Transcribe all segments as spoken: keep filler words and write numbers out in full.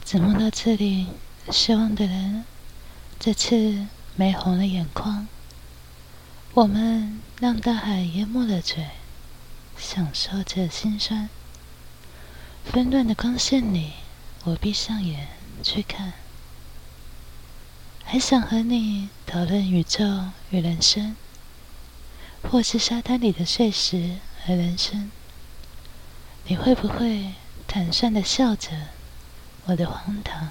只梦到这里，失望的人这次没红了眼眶。我们让大海淹没了嘴，享受着心酸。纷乱的光线里，我闭上眼去看，还想和你讨论宇宙与人生，或是沙滩里的碎石和人生。你会不会坦率地笑着我的荒唐？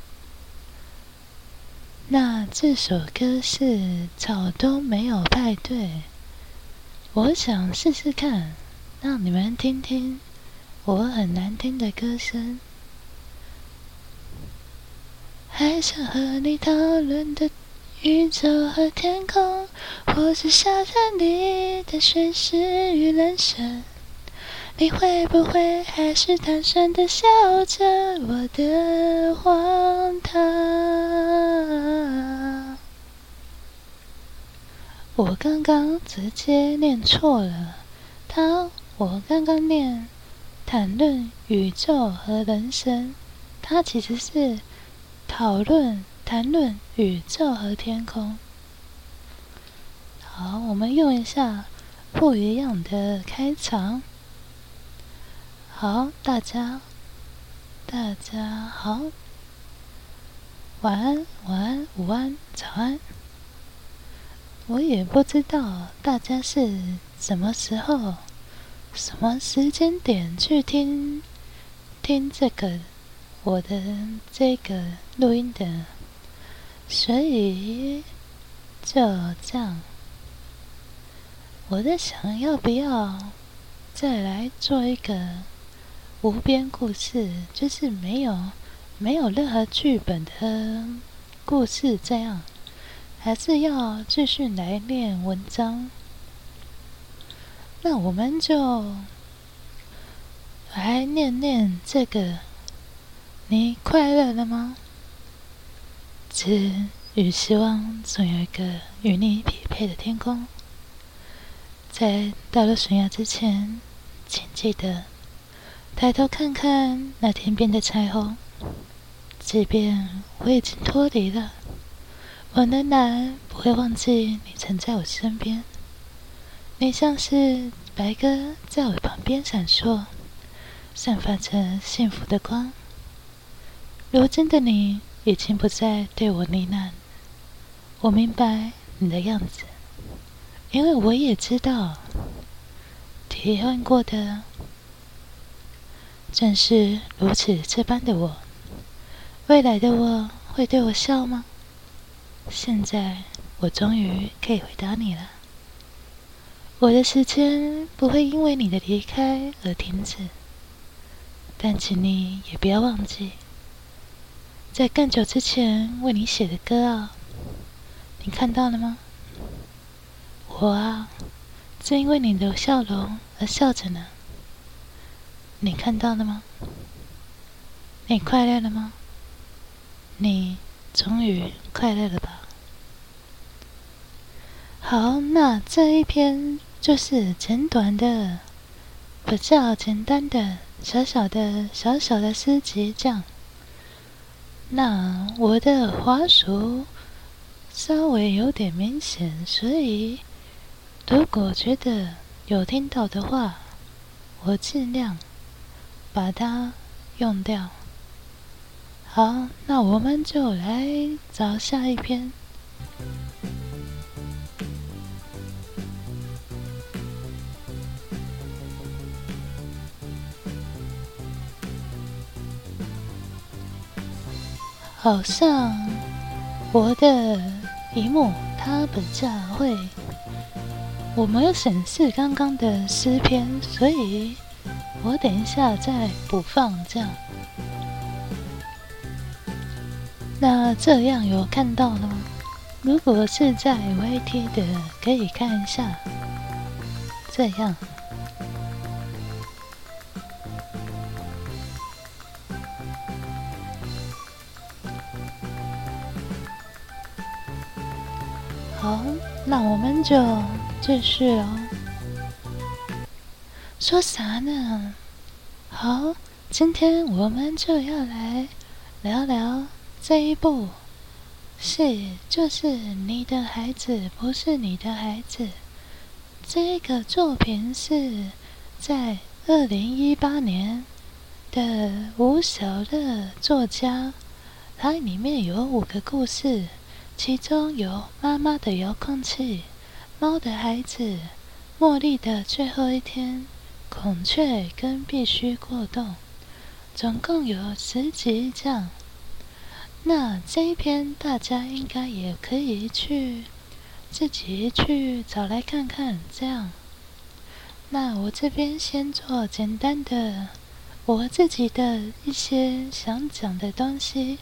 那这首歌是草东没有派对，我想试试看，让你们听听我很难听的歌声。还想和你讨论的宇宙和天空，或是沙滩里的水石与人生。你会不会还是坦率地笑着我的荒唐？我刚刚直接念错了，他我刚刚念谈论宇宙和人生，它其实是讨论谈论宇宙和天空。好，我们用一下不一样的开场。好，大家，大家好，晚安，晚安，午安，早安。我也不知道大家是什么时候、什么时间点去听听这个我的这个录音的，所以就这样。我在想，要不要再来做一个无边故事，就是没有没有任何剧本的故事，这样还是要继续来念文章。那我们就来念念这个。你快乐了吗？只与希望总有一个与你匹配的天空。在到了悬崖之前，请记得抬头看看那天边的彩虹。即便我已经脱离了，我仍然不会忘记你曾在我身边。你像是白鸽在我旁边闪烁，散发着幸福的光。如今的你已经不再对我呢喃，我明白你的样子，因为我也知道，体验过的正是如此这般的我。未来的我会对我笑吗？现在我终于可以回答你了。我的时间不会因为你的离开而停止，但请你也不要忘记，在更久之前为你写的歌啊，你看到了吗？我啊，正因为你的笑容而笑着呢。你看到了吗？你快乐了吗？你终于快乐了吧？好，那这一篇就是简短的、比较简单的、小小的、小小的诗集这样。那我的滑鼠稍微有点明显，所以如果觉得有听到的话，我尽量把它用掉。好，那我们就来找下一篇。好像我的荧幕它比较会，我没有显示刚刚的诗篇，所以我等一下再补放这样。那这样有看到了吗？如果是在 Y T 的，可以看一下。这样。好，那我们就继续了。说啥呢？好，今天我们就要来聊聊这一部是就是你的孩子不是你的孩子。这个作品是在二零一八年的吴小乐作家，它里面有五个故事，其中有妈妈的遥控器、猫的孩子、茉莉的最后一天、孔雀跟必须过冬，总共有十集这样。那这一篇大家应该也可以去自己去找来看看，这样。那我这边先做简单的我自己的一些想讲的东西。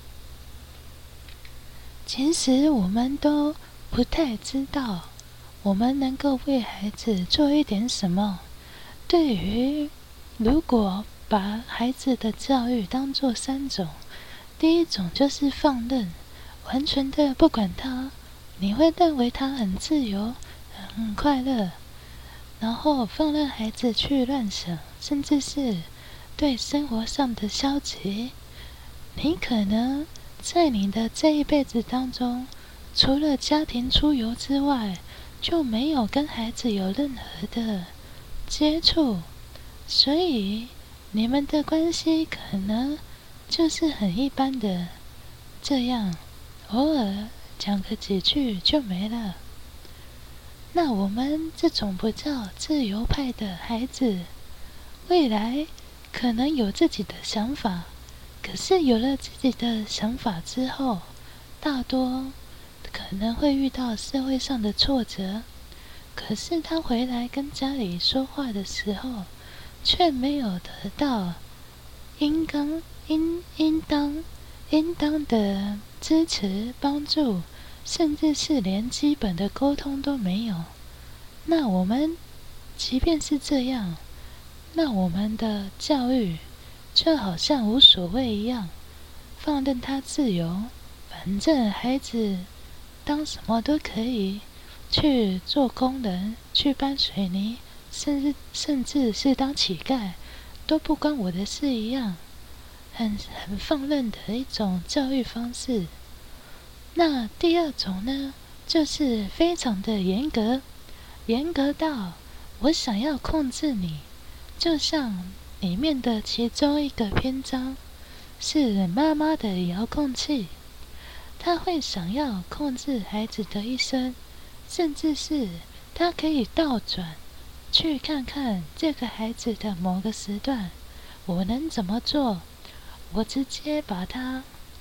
其实我们都不太知道，我们能够为孩子做一点什么。对于如果把孩子的教育当作三种，第一种就是放任，完全的不管他，你会认为他很自由、很快乐，然后放任孩子去乱想，甚至是对生活上的消极。你可能在你的这一辈子当中，除了家庭出游之外，就没有跟孩子有任何的接触，所以你们的关系可能就是很一般的这样，偶尔讲个几句就没了。那我们这种不叫自由派的孩子，未来可能有自己的想法，可是有了自己的想法之后，大多可能会遇到社会上的挫折，可是他回来跟家里说话的时候，却没有得到应当应应当应当的支持帮助，甚至是连基本的沟通都没有。那我们即便是这样，那我们的教育就好像无所谓一样，放任他自由，反正孩子当什么都可以，去做工人，去搬水泥，甚至甚至是当乞丐，都不关我的事一样，很很放任的一种教育方式。那第二种呢，就是非常的严格，严格到我想要控制你，就像里面的其中一个篇章是妈妈的遥控器，她会想要控制孩子的一生，甚至是她可以倒转去看看这个孩子的某个时段，我能怎么做，我直接把他，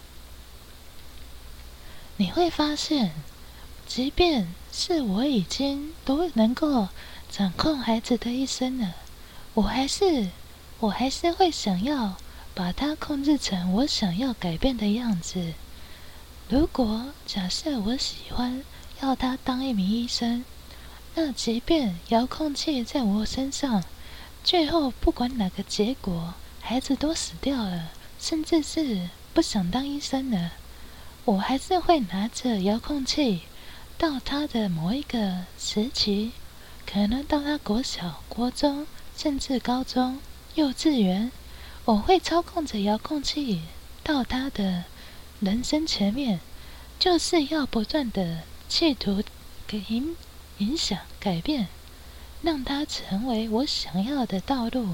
你会发现，即便是我已经都能够掌控孩子的一生了，我还是我还是会想要把他控制成我想要改变的样子。如果假设我喜欢要他当一名医生，那即便遥控器在我身上，最后不管哪个结果，孩子都死掉了，甚至是不想当医生了，我还是会拿着遥控器到他的某一个时期，可能到他国小、国中，甚至高中、幼稚园，我会操控着遥控器到他的人生前面，就是要不断的企图给影影响、改变，让他成为我想要的道路。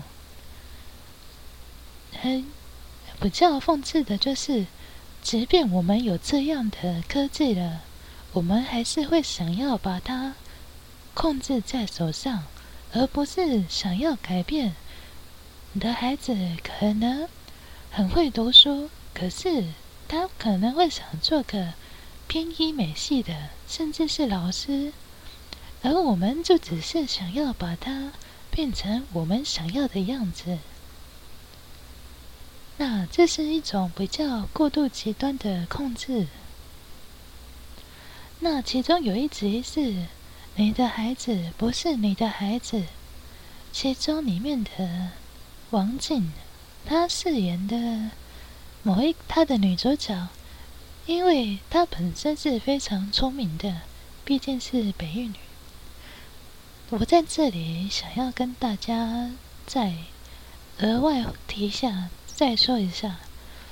很比较讽刺的就是，即便我们有这样的科技了，我们还是会想要把它控制在手上，而不是想要改变。你的孩子可能很会读书，可是他可能会想做个偏医美系的，甚至是老师，而我们就只是想要把它变成我们想要的样子。那这是一种比较过度极端的控制。那其中有一集是你的孩子不是你的孩子，其中里面的王静，她饰演的某一她的女主角，因为她本身是非常聪明的，毕竟是北一女。我在这里想要跟大家再额外提一下，再说一下，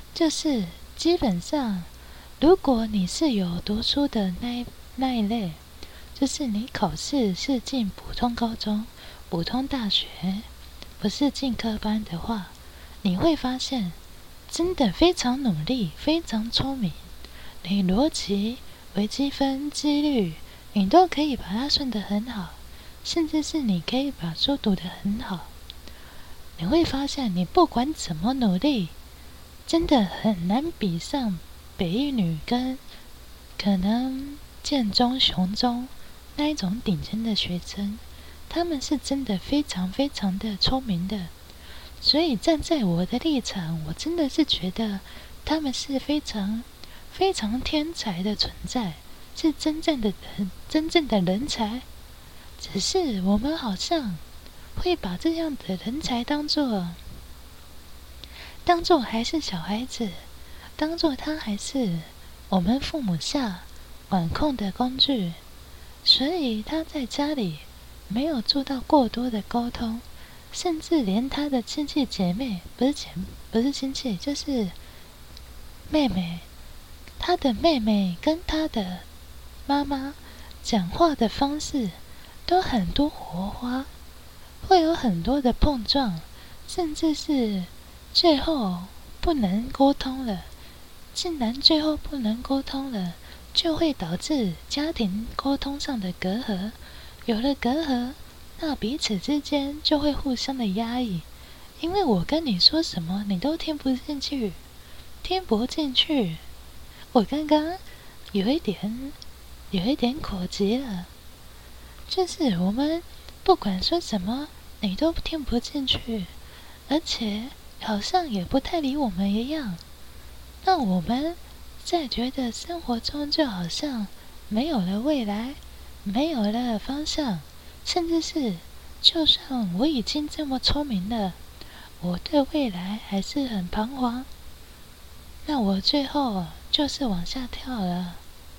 就是基本上，如果你是有读书的那一那一类，就是你考试是进普通高中、普通大学，不是进科班的话，你会发现，真的非常努力，非常聪明。你逻辑、微积分、几率，你都可以把它算得很好，甚至是你可以把书读得很好。你会发现，你不管怎么努力，真的很难比上北一女跟可能建中、雄中那一种顶尖的学生，他们是真的非常非常的聪明的。所以站在我的立场，我真的是觉得他们是非常非常天才的存在，是真正的人，真正的人才。只是我们好像会把这样的人才当作当作还是小孩子，当作他还是我们父母下管控的工具，所以他在家里没有做到过多的沟通，甚至连他的亲戚姐妹，不是姐，不是亲戚，就是妹妹，他的妹妹跟他的妈妈讲话的方式都很多火花，会有很多的碰撞，甚至是最后不能沟通了。竟然最后不能沟通了，就会导致家庭沟通上的隔阂。有了隔阂，那彼此之间就会互相的压抑，因为我跟你说什么，你都听不进去，听不进去。我刚刚有一点，有一点口急了，就是我们不管说什么，你都听不进去，而且好像也不太理我们一样。那我们在觉得生活中就好像没有了未来，没有了方向，甚至是就算我已经这么聪明了，我对未来还是很彷徨。那我最后就是往下跳了。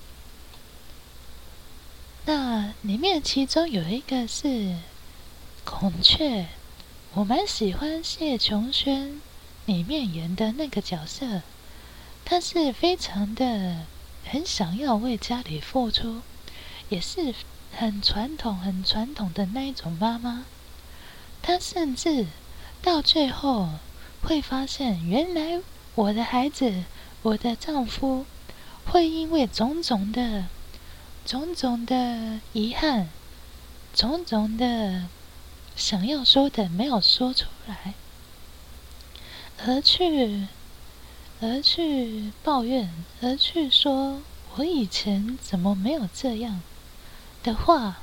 那里面其中有一个是孔雀，我蛮喜欢谢琼轩里面演的那个角色。她是非常的很想要为家里付出，也是很传统很传统的那一种妈妈。她甚至到最后会发现，原来我的孩子，我的丈夫会因为种种的种种的遗憾，种种的想要说的没有说出来，而去而去抱怨，而去说我以前怎么没有这样的话，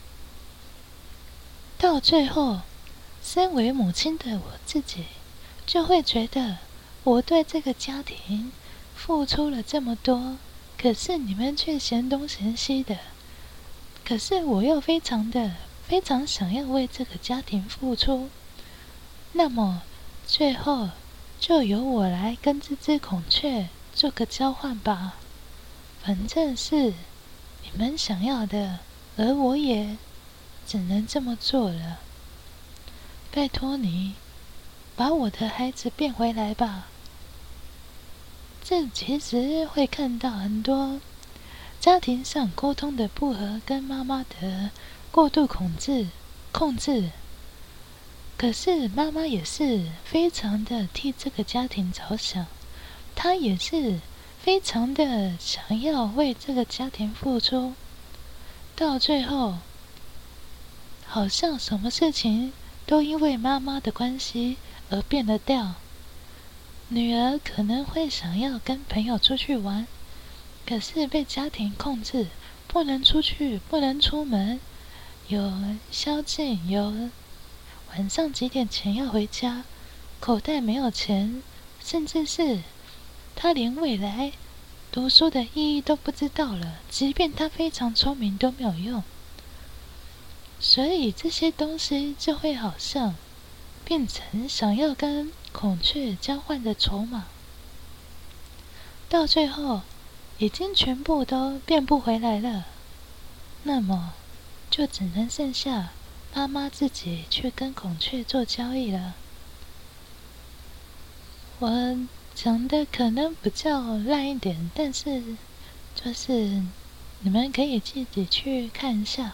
到最后，身为母亲的我自己就会觉得，我对这个家庭付出了这么多，可是你们却嫌东嫌西的，可是我又非常的非常想要为这个家庭付出，那么最后就由我来跟这只孔雀做个交换吧，反正是你们想要的，而我也只能这么做了。拜托你，把我的孩子变回来吧。这其实会看到很多家庭上沟通的不和，跟妈妈的过度控制、控制。可是妈妈也是非常的替这个家庭着想，她也是非常的想要为这个家庭付出。到最后，好像什么事情都因为妈妈的关系而变了调。女儿可能会想要跟朋友出去玩，可是被家庭控制，不能出去，不能出门，有宵禁，有晚上几点前要回家，口袋没有钱，甚至是他连未来读书的意义都不知道了，即便他非常聪明都没有用。所以这些东西就会好像变成想要跟孔雀交换的筹码，到最后已经全部都变不回来了，那么就只能剩下妈妈自己去跟孔雀做交易了。我讲的可能比较烂一点，但是就是你们可以自己去看一下。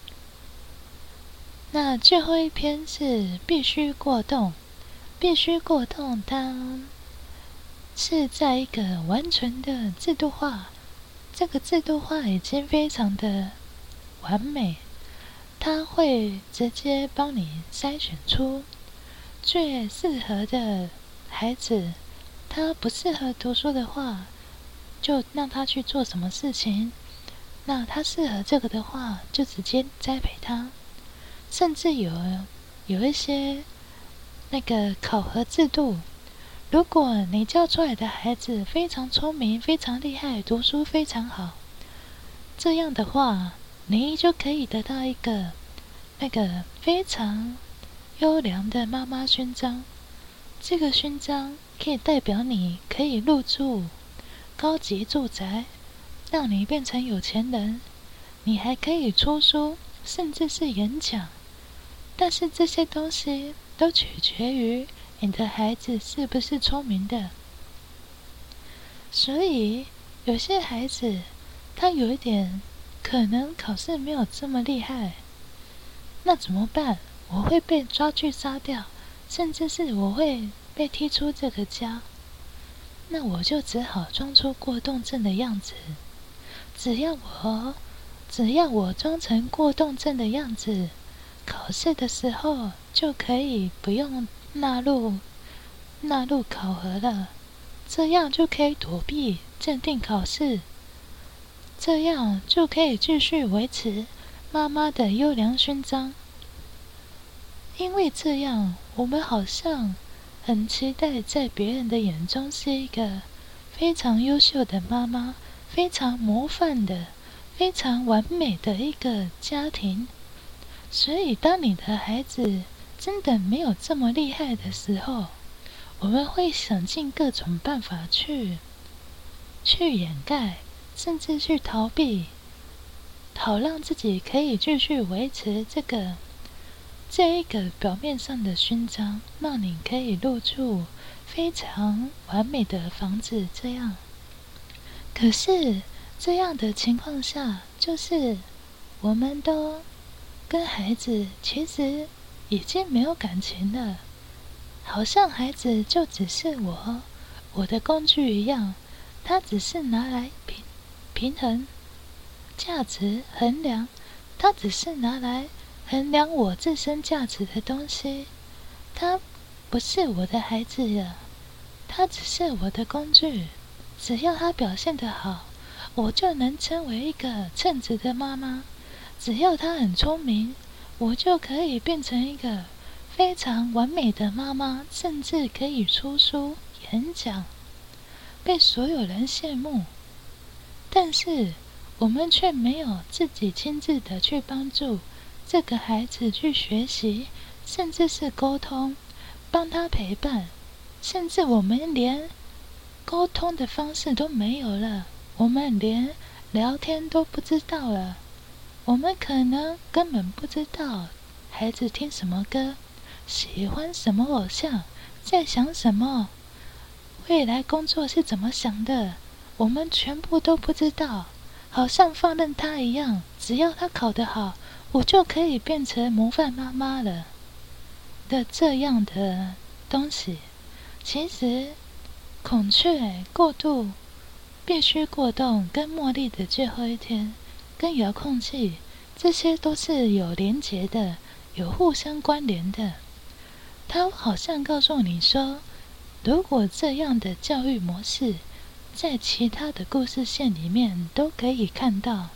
那最后一篇是必须过动，必须过动，它是在一个完全的制度化，这个制度化已经非常的完美，它会直接帮你筛选出最适合的孩子。他不适合读书的话，就让他去做什么事情，那他适合这个的话，就直接栽培他。甚至有有一些那个考核制度，如果你教出来的孩子非常聪明、非常厉害，读书非常好，这样的话，你就可以得到一个那个非常优良的妈妈勋章。这个勋章可以代表你可以入住高级住宅，让你变成有钱人。你还可以出书，甚至是演讲。但是这些东西都取决于你的孩子是不是聪明的。所以有些孩子他有一点可能考试没有这么厉害，那怎么办？我会被抓去杀掉，甚至是我会被踢出这个家。那我就只好装出过动症的样子。只要我只要我装成过动症的样子，考试的时候就可以不用纳入纳入考核了，这样就可以躲避鉴定考试，这样就可以继续维持妈妈的优良勋章。因为这样，我们好像很期待在别人的眼中是一个非常优秀的妈妈，非常模范的，非常完美的一个家庭。所以当你的孩子真的没有这么厉害的时候，我们会想尽各种办法去去掩盖，甚至去逃避，好让自己可以继续维持这个这一个表面上的勋章，让你可以入住非常完美的房子。这样，可是这样的情况下，就是我们都跟孩子其实已经没有感情了，好像孩子就只是我我的工具一样，他只是拿来平平衡价值衡量，他只是拿来衡量我自身价值的东西，他不是我的孩子了，他只是我的工具。只要他表现得好，我就能成为一个称职的妈妈。只要他很聪明，我就可以变成一个非常完美的妈妈，甚至可以出书、演讲，被所有人羡慕。但是我们却没有自己亲自的去帮助这个孩子去学习，甚至是沟通，帮他陪伴，甚至我们连沟通的方式都没有了，我们连聊天都不知道了。我们可能根本不知道孩子听什么歌，喜欢什么偶像，在想什么，未来工作是怎么想的，我们全部都不知道，好像放任他一样，只要他考得好，我就可以变成模范妈妈了的这样的东西。其实孔雀过度必须过动跟茉莉的最后一天跟遥控器，这些都是有连结的，有互相关联的。他好像告诉你说，如果这样的教育模式在其他的故事线里面都可以看到，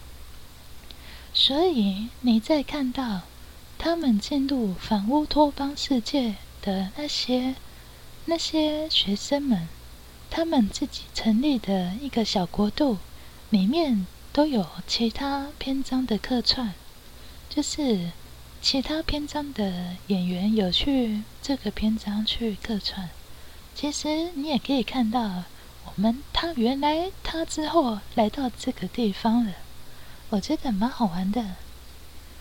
所以你在看到他们进入反乌托邦世界的那些那些学生们，他们自己成立的一个小国度里面都有其他篇章的客串，就是其他篇章的演员有去这个篇章去客串。其实你也可以看到，我们他原来他之后来到这个地方了，我觉得蛮好玩的。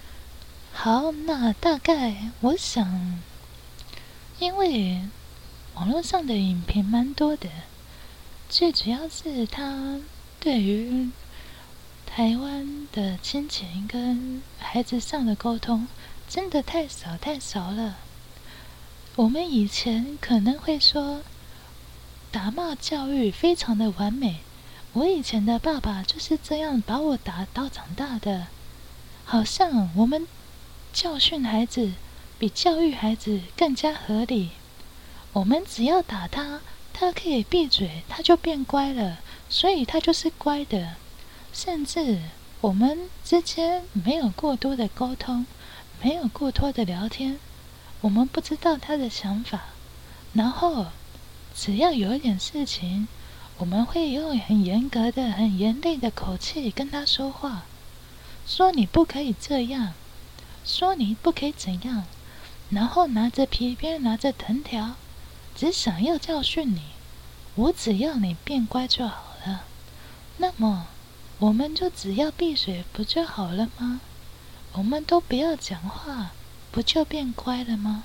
好，那大概我想，因为网络上的影评蛮多的，最主要是他对于台湾的亲情跟孩子上的沟通真的太少太少了。我们以前可能会说打骂教育非常的完美，我以前的爸爸就是这样把我打到长大的，好像我们教训孩子比教育孩子更加合理。我们只要打他，他可以闭嘴，他就变乖了，所以他就是乖的。甚至我们之间没有过多的沟通，没有过多的聊天，我们不知道他的想法，然后只要有一点事情，我们会用很严格的、很严厉的口气跟他说话，说你不可以这样，说你不可以怎样，然后拿着皮鞭、拿着藤条，只想要教训你。我只要你变乖就好了。那么，我们就只要闭嘴不就好了吗？我们都不要讲话，不就变乖了吗？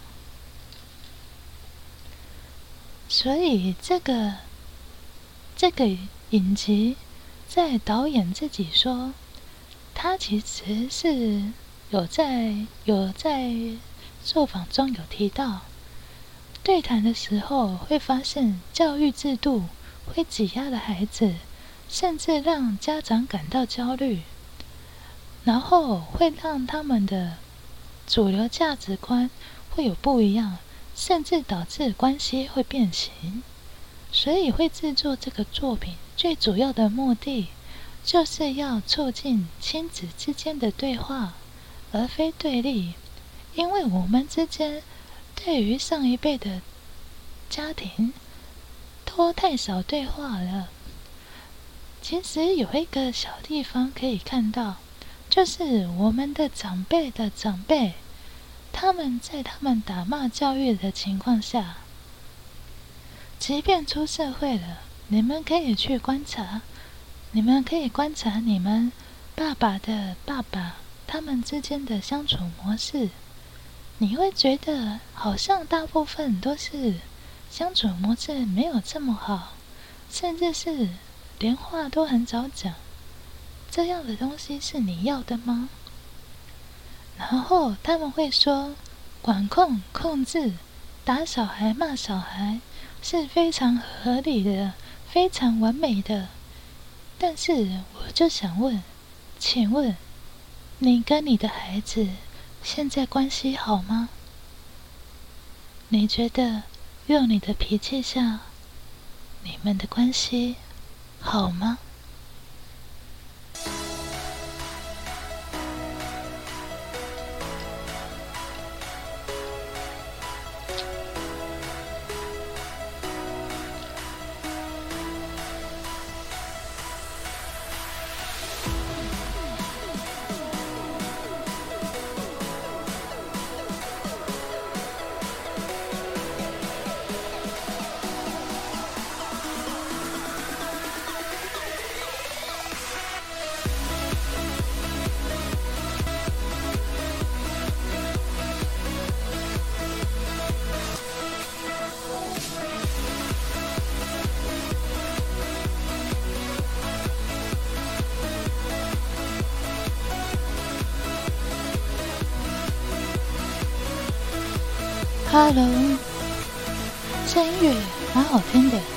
所以这个这个影集，在导演自己说，他其实是有在有在受访中有提到，对谈的时候会发现教育制度会挤压了孩子，甚至让家长感到焦虑，然后会让他们的主流价值观会有不一样，甚至导致关系会变形。所以会制作这个作品最主要的目的，就是要促进亲子之间的对话，而非对立。因为我们之间对于上一辈的家庭都太少对话了。其实有一个小地方可以看到，就是我们的长辈的长辈，他们在他们打骂教育的情况下，即便出社会了，你们可以去观察，你们可以观察你们爸爸的爸爸他们之间的相处模式，你会觉得好像大部分都是相处模式没有这么好，甚至是连话都很少讲。这样的东西是你要的吗？然后他们会说，管控、控制、打小孩、骂小孩是非常合理的，非常完美的。但是我就想问，请问你跟你的孩子现在关系好吗？你觉得用你的脾气下，你们的关系好吗？Hello， 这音乐蛮好听的。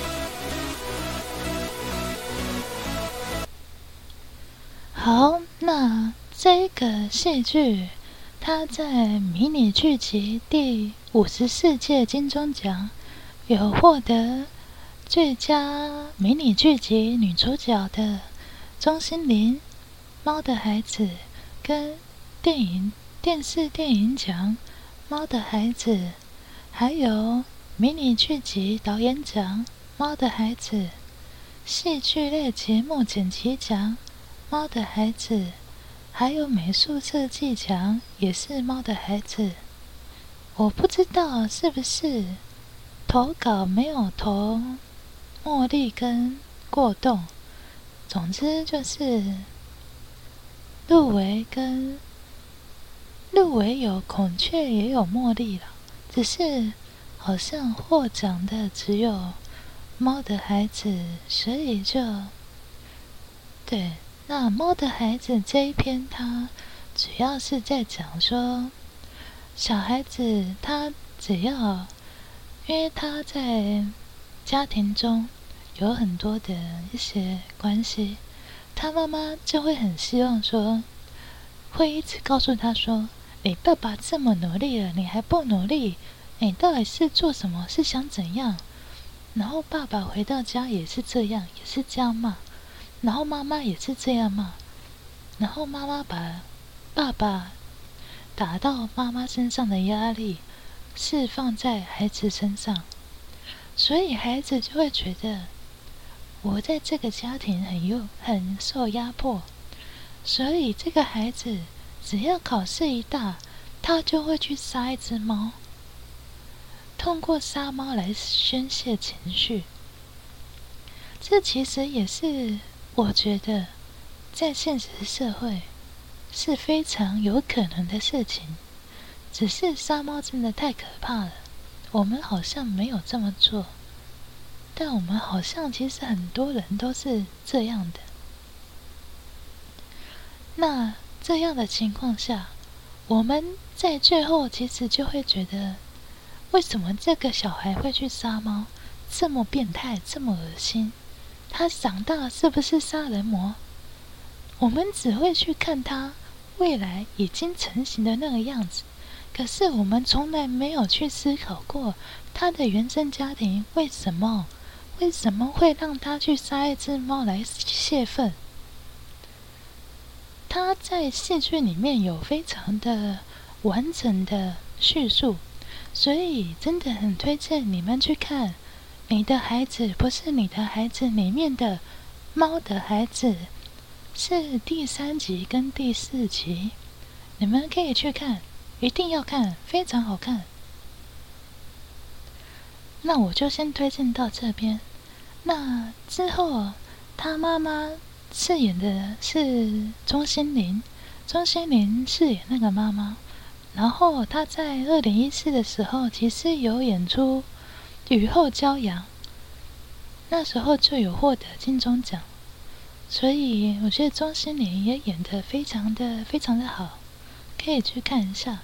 好，那这个戏剧，它在迷你剧集第五十四届金钟奖有获得最佳迷你剧集女主角的钟欣凌，《猫的孩子》跟电影电视电影奖《猫的孩子》。还有迷你剧集导演奖《猫的孩子》，戏剧类节目剪辑奖《猫的孩子》，还有美术设计奖也是《猫的孩子》。我不知道是不是投稿没有投茉莉跟过动，总之就是入围跟入围有孔雀也有茉莉了。只是好像获奖的只有猫的孩子，所以就对。那猫的孩子这一篇，它主要是在讲说，小孩子他只要，因为他在家庭中有很多的一些关系，他妈妈就会很希望说，会一直告诉他说，你爸爸这么努力了，你还不努力？你到底是做什么？是想怎样？然后爸爸回到家也是这样，也是这样骂，然后妈妈也是这样骂，然后妈妈把爸爸打到妈妈身上的压力释放在孩子身上，所以孩子就会觉得我在这个家庭很优很受压迫，所以这个孩子只要考试一大，他就会去杀一只猫，通过杀猫来宣泄情绪。这其实也是我觉得在现实社会是非常有可能的事情，只是杀猫真的太可怕了，我们好像没有这么做，但我们好像其实很多人都是这样的。那这样的情况下，我们在最后其实就会觉得，为什么这个小孩会去杀猫？这么变态，这么恶心，他长大是不是杀人魔？我们只会去看他未来已经成型的那个样子，可是我们从来没有去思考过他的原生家庭为什么为什么会让他去杀一只猫来泄愤。他在戏剧里面有非常的完整的叙述，所以真的很推荐你们去看《你的孩子不是你的孩子》里面的猫的孩子，是第三集跟第四集，你们可以去看，一定要看，非常好看。那我就先推荐到这边。那之后他妈妈饰演的是钟欣凌，钟欣凌饰演那个妈妈。然后她在二零一四的时候，其实有演出《雨后骄阳》，那时候就有获得金钟奖。所以我觉得钟欣凌也演得非常的非常的好，可以去看一下。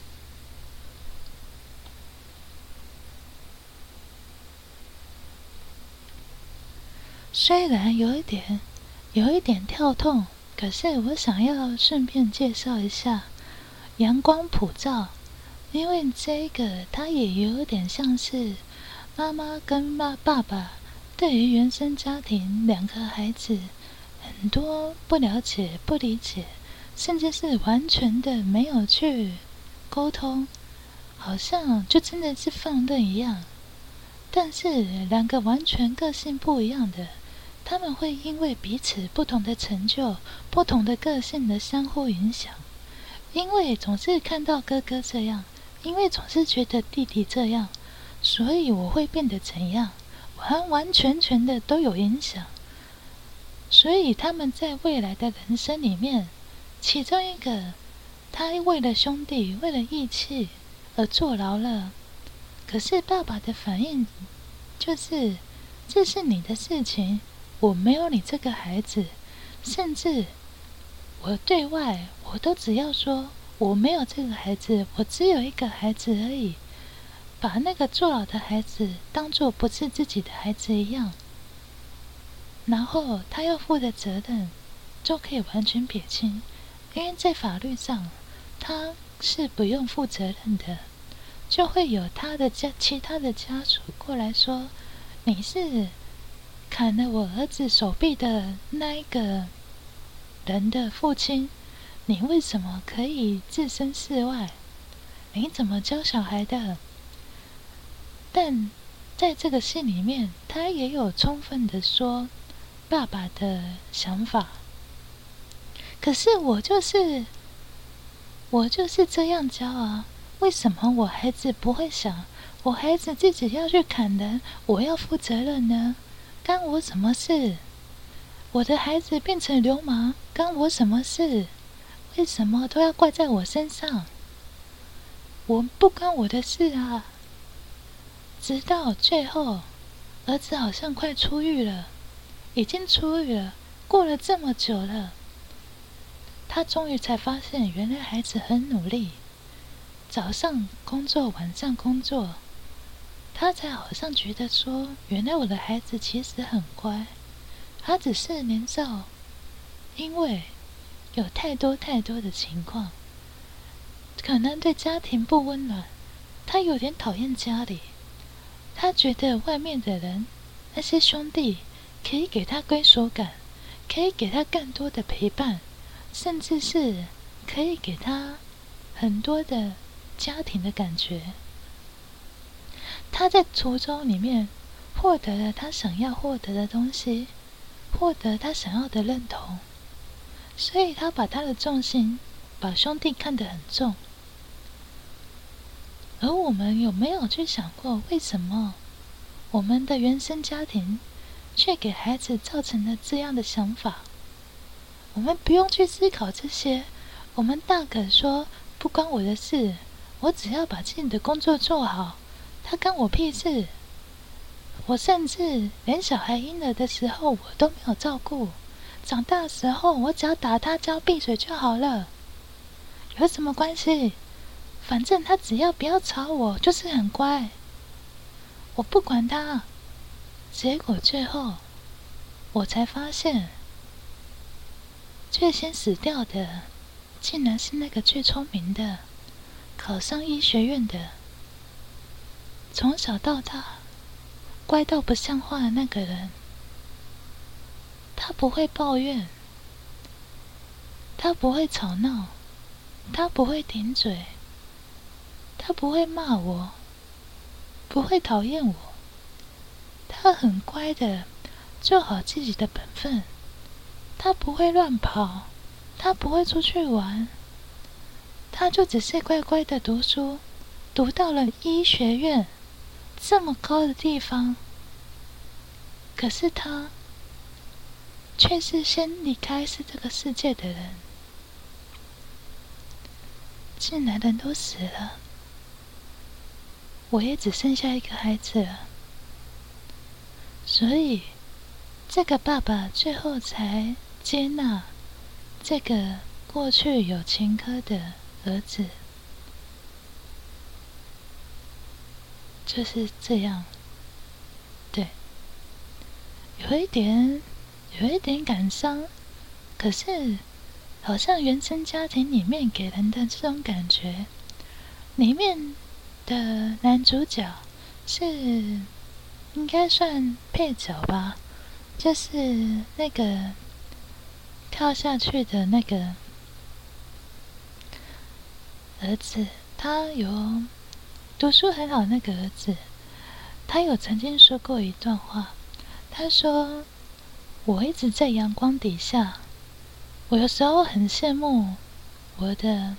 虽然有一点有一点跳痛，可是我想要顺便介绍一下阳光普照，因为这个它也有点像是妈妈跟爸爸爸对于原生家庭两个孩子很多不了解、不理解，甚至是完全的没有去沟通，好像就真的是放任一样。但是两个完全个性不一样的，他们会因为彼此不同的成就、不同的个性的相互影响。因为总是看到哥哥这样，因为总是觉得弟弟这样，所以我会变得怎样，完完全全的都有影响。所以他们在未来的人生里面，其中一个他为了兄弟、为了义气而坐牢了，可是爸爸的反应就是这是你的事情，我没有你这个孩子，甚至我对外我都只要说我没有这个孩子，我只有一个孩子而已，把那个坐牢的孩子当作不是自己的孩子一样，然后他要负的责任就可以完全撇清，因为在法律上他是不用负责任的，就会有他的家其他的家属过来说，你是砍了我儿子手臂的那一个人的父亲，你为什么可以置身事外？你怎么教小孩的？但在这个戏里面，他也有充分的说爸爸的想法。可是我就是我就是这样教啊，为什么我孩子不会想，我孩子自己要去砍人，我要负责任呢？干我什么事？我的孩子变成流氓，干我什么事？为什么都要怪在我身上？我不关我的事啊！ 直到最后，儿子好像快出狱了，已经出狱了，过了这么久了，他终于才发现，原来孩子很努力，早上工作，晚上工作，他才好像觉得说，原来我的孩子其实很乖，他只是年少，因为有太多太多的情况，可能对家庭不温暖，他有点讨厌家里，他觉得外面的人，那些兄弟可以给他归属感，可以给他更多的陪伴，甚至是可以给他很多的家庭的感觉。他在途中里面获得了他想要获得的东西，获得他想要的认同，所以他把他的重心把兄弟看得很重。而我们有没有去想过，为什么我们的原生家庭却给孩子造成了这样的想法？我们不用去思考这些，我们大可说不关我的事，我只要把自己的工作做好，他干我屁事。我甚至连小孩婴儿的时候我都没有照顾，长大的时候我只要打他叫闭嘴就好了，有什么关系？反正他只要不要吵我，就是很乖，我不管他。结果最后，我才发现，最先死掉的，竟然是那个最聪明的，考上医学院的，从小到大，乖到不像话的那个人。他不会抱怨，他不会吵闹，他不会顶嘴，他不会骂我，不会讨厌我，他很乖的做好自己的本分，他不会乱跑，他不会出去玩，他就只是乖乖的读书，读到了医学院这么高的地方。可是他却是先离开是这个世界的人，竟然人都死了，我也只剩下一个孩子了。所以这个爸爸最后才接纳这个过去有前科的儿子，就是这样。对，有一点有一点感伤，可是好像原生家庭里面给人的这种感觉，里面的男主角是应该算配角吧，就是那个跳下去的那个儿子，他有读书很好那个儿子，他有曾经说过一段话，他说：“我一直在阳光底下，我有时候很羡慕我的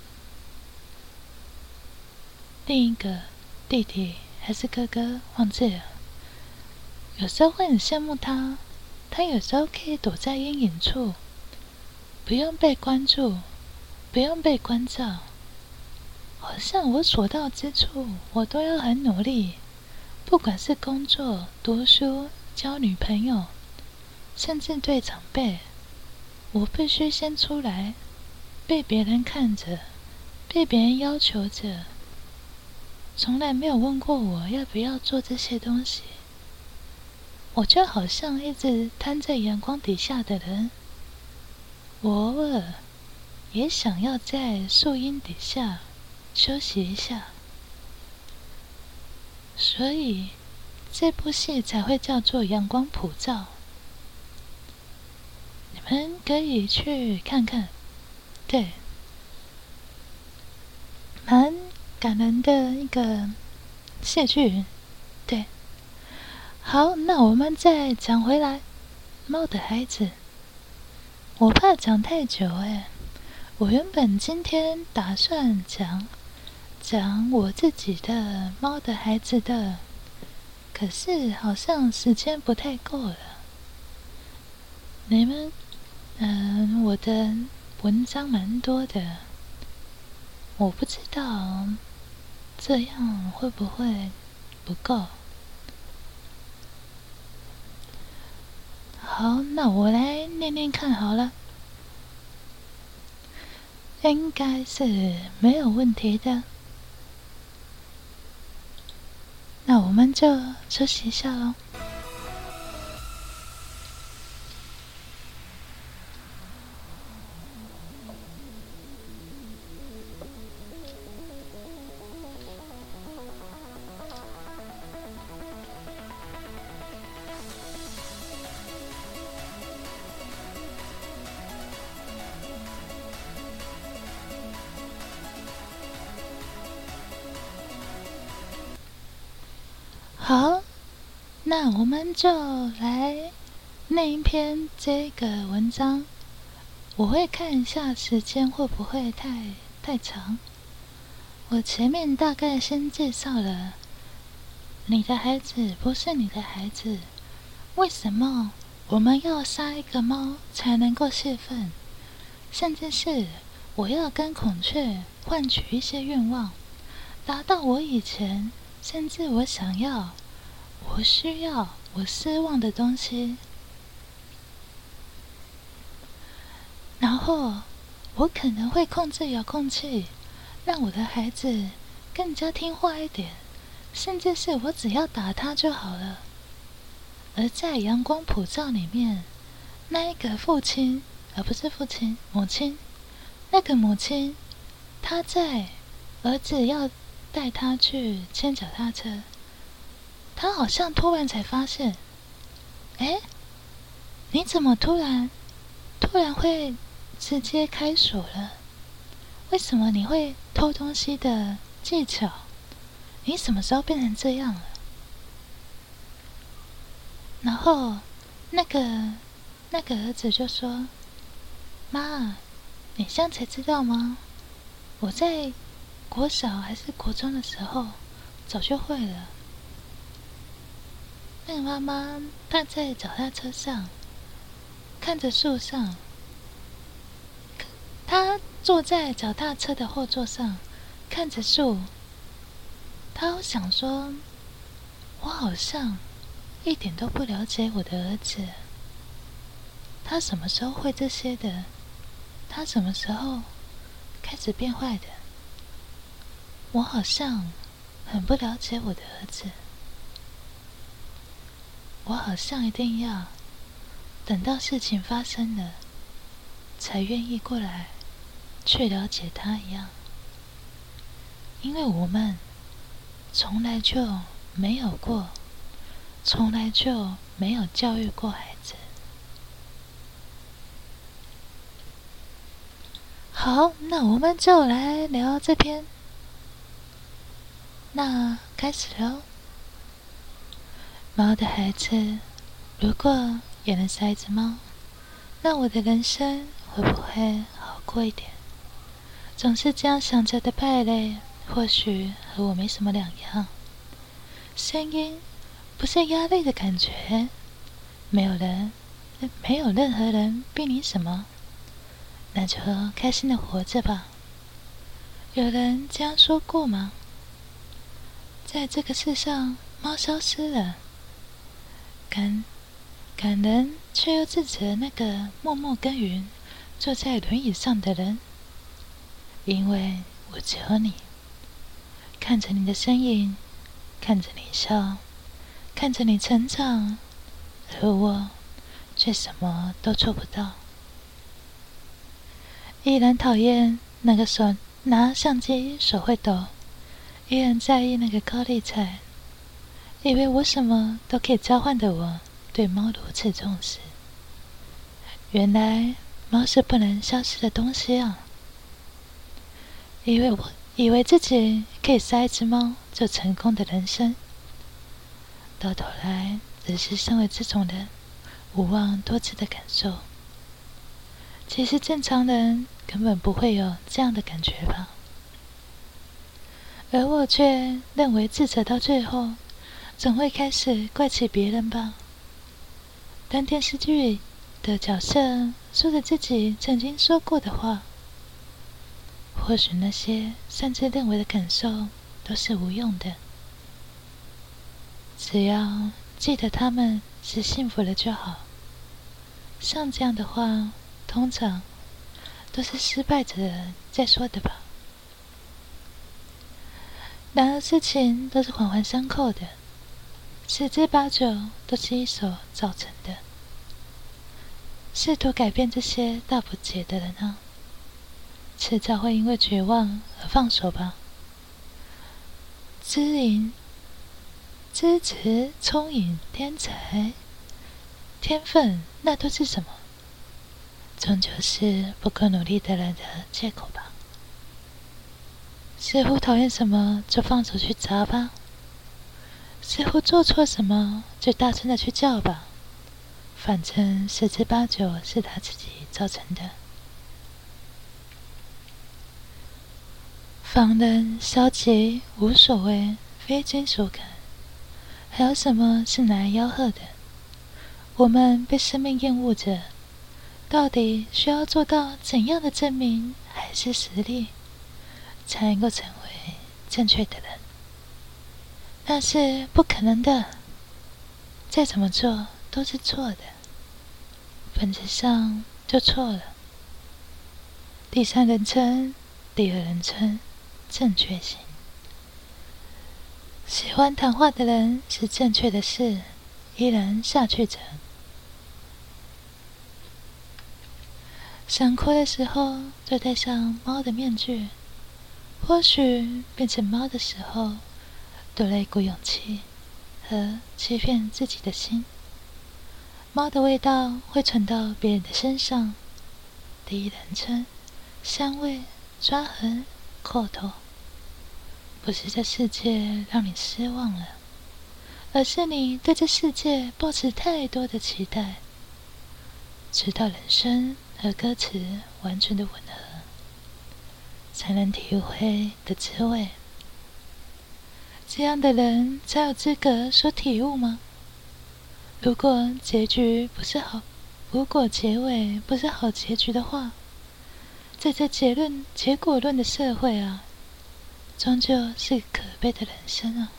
另一个弟弟还是哥哥，忘记了。有时候会很羡慕他，他有时候可以躲在阴影处，不用被关注，不用被关照。好像我所到之处，我都要很努力，不管是工作、读书、交女朋友，甚至对长辈，我必须先出来，被别人看着，被别人要求着，从来没有问过我要不要做这些东西。我就好像一直摊在阳光底下的人，我偶尔也想要在树荫底下休息一下，所以这部戏才会叫做《阳光普照》。你们可以去看看，对，蛮感人的一个戏剧，对。好，那我们再讲回来，猫的孩子，我怕讲太久哎。我原本今天打算讲讲我自己的猫的孩子的，可是好像时间不太够了。你们，嗯、呃，我的文章蛮多的，我不知道这样会不会不够。 好，那我来念念看好了，应该是没有问题的。那我们就休息一下咯。好，那我们就来念一篇这个文章。我会看一下时间会不会太太长。我前面大概先介绍了你的孩子不是你的孩子，为什么我们要杀一个猫才能够泄愤，甚至是我要跟孔雀换取一些愿望，达到我以前甚至我想要我需要我失望的东西。然后我可能会控制遥控器，让我的孩子更加听话一点，甚至是我只要打他就好了。而在阳光普照里面，那一个父亲，而不是父亲，母亲，那个母亲，她在儿子要带他去牵脚踏车，她好像突然才发现，诶，你怎么突然突然会直接开锁了？为什么你会偷东西的技巧？你什么时候变成这样了？然后那个那个儿子就说：“妈，你现在才知道吗？我在国小还是国中的时候早就会了。”那个妈妈她在脚踏车上看着树上，她坐在脚踏车的后座上看着树，她想说：“我好像一点都不了解我的儿子，他什么时候会这些的？他什么时候开始变坏的？我好像很不了解我的儿子，我好像一定要等到事情发生了，才愿意过来去了解他一样。因为我们从来就没有过，从来就没有教育过孩子。”好，那我们就来聊这篇。那开始喽。猫的孩子，如果也能是一只猫，那我的人生会不会好过一点？总是这样想着的败类，或许和我没什么两样。声音不是压力的感觉，没有人，没有任何人逼你什么，那就开心的活着吧。有人这样说过吗？在这个世上，猫消失了，感感人却又自责那个默默耕耘坐在轮椅上的人，因为我只有你，看着你的身影，看着你笑，看着你成长，而我却什么都做不到。依然讨厌那个手拿相机手会抖，依然在意那个高丽菜，以为我什么都可以交换的我，对猫如此重视。原来猫是不能消失的东西啊！以为我以为自己可以杀一只猫就成功的人生，到头来只是身为这种人无望多次的感受。其实正常人根本不会有这样的感觉吧，而我却认为自责到最后总会开始怪起别人吧。当电视剧的角色说着自己曾经说过的话，或许那些擅自认为的感受都是无用的，只要记得他们是幸福的就好。 像这样的话，通常都是失败者在说的吧。然而事情都是环环相扣的，十之八九都是一手造成的。试图改变这些大不解的人啊，迟早会因为绝望而放手吧。知盈、支持、聪颖、天才、天分，那都是什么？终究是不够努力的人的借口吧。似乎讨厌什么就放手去砸吧，似乎做错什么就大声的去叫吧，反正十之八九是他自己造成的。放任、消极、无所谓、非金属感，还有什么是拿来吆喝的？我们被生命厌恶着，到底需要做到怎样的证明还是实力，才能够成为正确的人？那是不可能的，再怎么做都是错的，本质上就错了。第三人称、第二人称，正确性。喜欢谈话的人是正确的事，依然下去着。想哭的时候，就戴上猫的面具，或许变成猫的时候，多了一股勇气和欺骗自己的心。猫的味道会传到别人的身上，第一人称，香味、抓痕、扣头。不是这世界让你失望了，而是你对这世界抱持太多的期待，直到人生和歌词完全的吻合，才能体会的滋味。这样的人才有资格说体悟吗？如果结局不是好，如果结尾不是好结局的话，在这结论结果论的社会啊，终究是可悲的人生啊！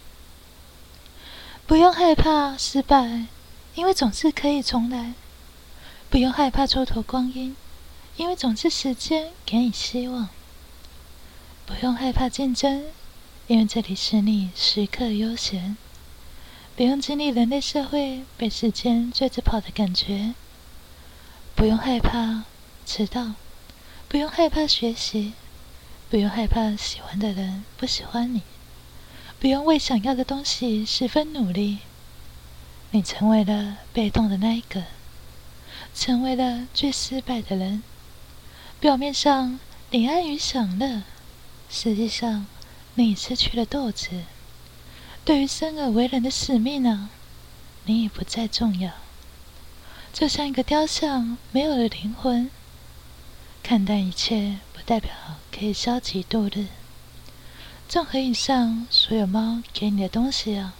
不用害怕失败，因为总是可以重来；不用害怕蹉跎光阴，因为总是时间给你希望；不用害怕竞争，因为这里是你时刻悠闲；不用经历人类社会被时间追着跑的感觉；不用害怕迟到，不用害怕学习。不用害怕喜欢的人不喜欢你，不用为想要的东西十分努力。你成为了被动的那一个，成为了最失败的人。表面上你安于享乐，实际上你失去了斗志。对于生而为人的使命呢，你已不再重要。就像一个雕像没有了灵魂，看淡一切不代表可以消极度日。综合以上所有猫给你的东西啊，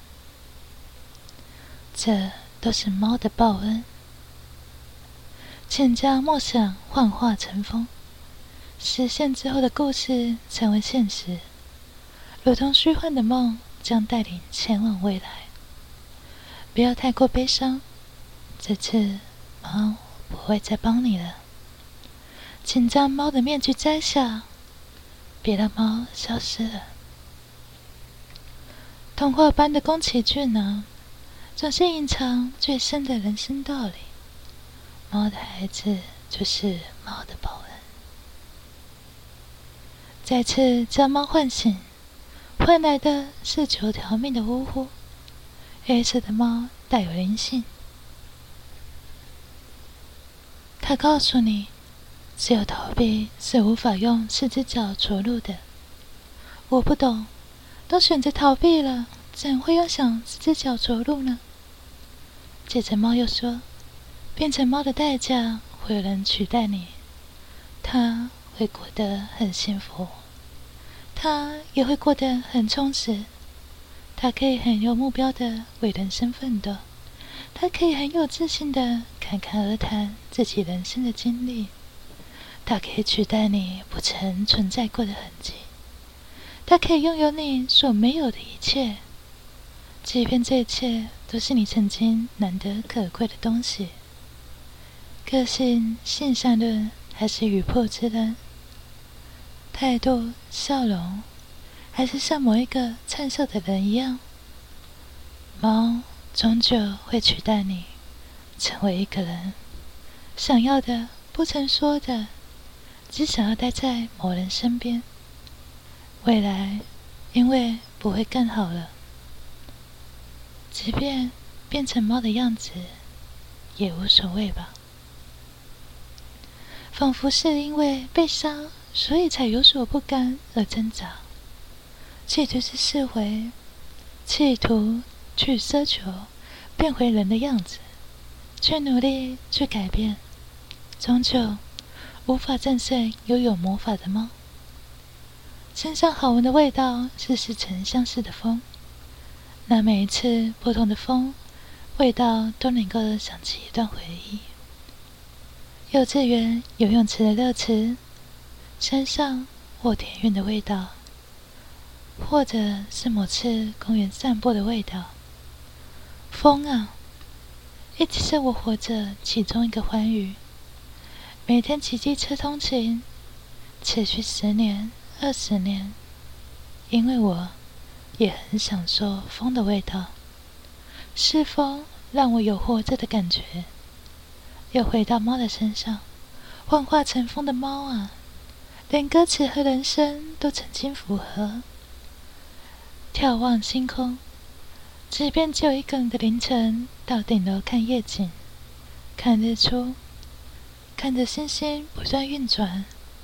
这都是猫的报恩。请将梦想幻化成风，实现之后的故事成为现实，如同虚幻的梦将带领前往未来。不要太过悲伤，这次猫不会再帮你了。请将猫的面具摘下，别让猫消失了。童话般的宫崎骏呢，总是隐藏最深的人生道理。猫的孩子就是猫的报恩。再次将猫唤醒，换来的是九条命的呜呼。黑色的猫带有灵性，它告诉你，只有逃避是无法用四只脚着陆的。我不懂，都选择逃避了，怎会用想四只脚着陆呢？接着猫又说，变成猫的代价会有人取代你，它会过得很幸福，它也会过得很充实，它可以很有目标的为人生奋斗，它可以很有自信的侃侃而谈自己人生的经历，它可以取代你不曾存在过的痕迹，它可以拥有你所没有的一切，即便这一切都是你曾经难得可贵的东西。 个性性善论还是语破之人，态度笑容还是像某一个灿笑的人一样，猫终究会取代你，成为一个人。想要的不曾说的，只想要待在某人身边。未来因为不会更好了，即便变成猫的样子也无所谓吧。仿佛是因为被伤，所以才有所不甘而挣扎，企图是释怀，企图去奢求变回人的样子，去努力去改变，终究无法战胜拥有魔法的猫。身上好闻的味道是似曾相识的风，那每一次不同的风味道都能够想起一段回忆。幼稚园游泳池的热池，山上或田园的味道，或者是某次公园散步的味道。风啊，一直是我活着其中一个欢愉。每天骑机车通勤，持续十年、二十年，因为我也很享受风的味道。是风让我有活着的感觉。又回到猫的身上，幻化成风的猫啊，连歌词和人生都曾经符合。眺望星空，即便只有一个人的凌晨，到顶楼看夜景，看日出，看着星星不断运转，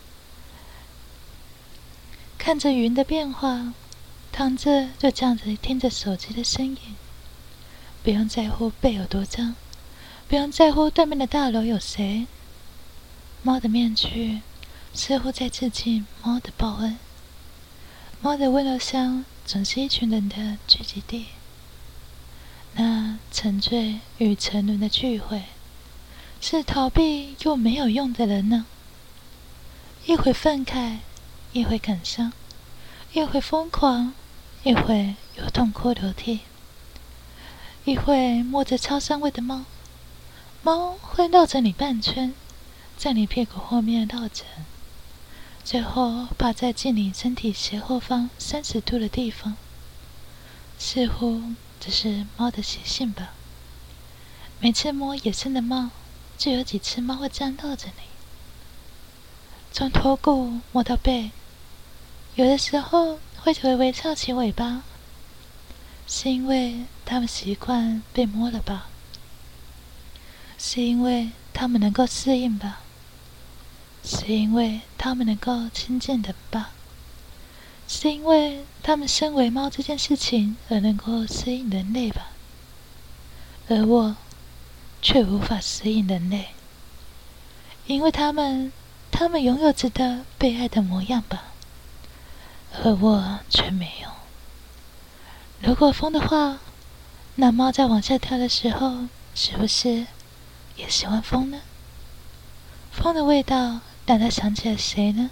看着云的变化，躺着就这样子听着手机的声音，不用在乎背有多脏，不用在乎对面的大楼有谁。猫的面具似乎在致敬猫的报恩。猫的温柔乡总是一群人的聚集地，那沉醉与沉沦的聚会，是逃避又没有用的人呢。一会愤慨，一会感伤，一会疯狂，一会有痛哭流涕，一会摸着超香味的猫，猫会绕着你半圈，在你屁股后面绕着，最后趴在近你身体斜后方三十度的地方。似乎这是猫的习性吧。每次摸野生的猫，就有几次猫会这样绕着你，从头骨摸到背，有的时候会微微翘起尾巴，是因为它们习惯被摸了吧？是因为它们能够适应吧？是因为它们能够亲近人吧？是因为它们身为猫这件事情而能够适应人类吧？而我却无法适应人类，因为它们，它们拥有值得被爱的模样吧？而我却没有。如果风的话，那猫在往下跳的时候，是不是也喜欢风呢？风的味道让它想起了谁呢？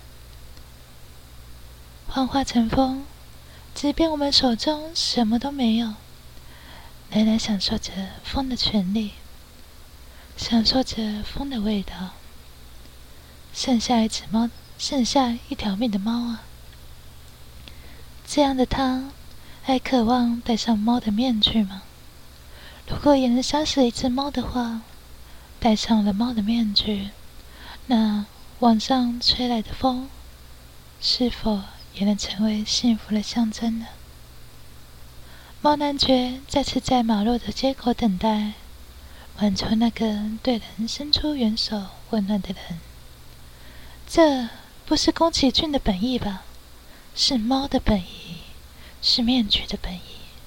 幻化成风，即便我们手中什么都没有，仍然享受着风的权利，享受着风的味道。剩下一只猫，剩下一条命的猫啊！这样的它，还渴望戴上猫的面具吗？如果也能杀死一只猫的话，戴上了猫的面具，那往上吹来的风，是否也能成为幸福的象征呢？猫男爵再次在马路的街口等待，挽救那个对人伸出援手温暖的人。这不是宫崎骏的本意吧？是猫的本意，是面具的本意，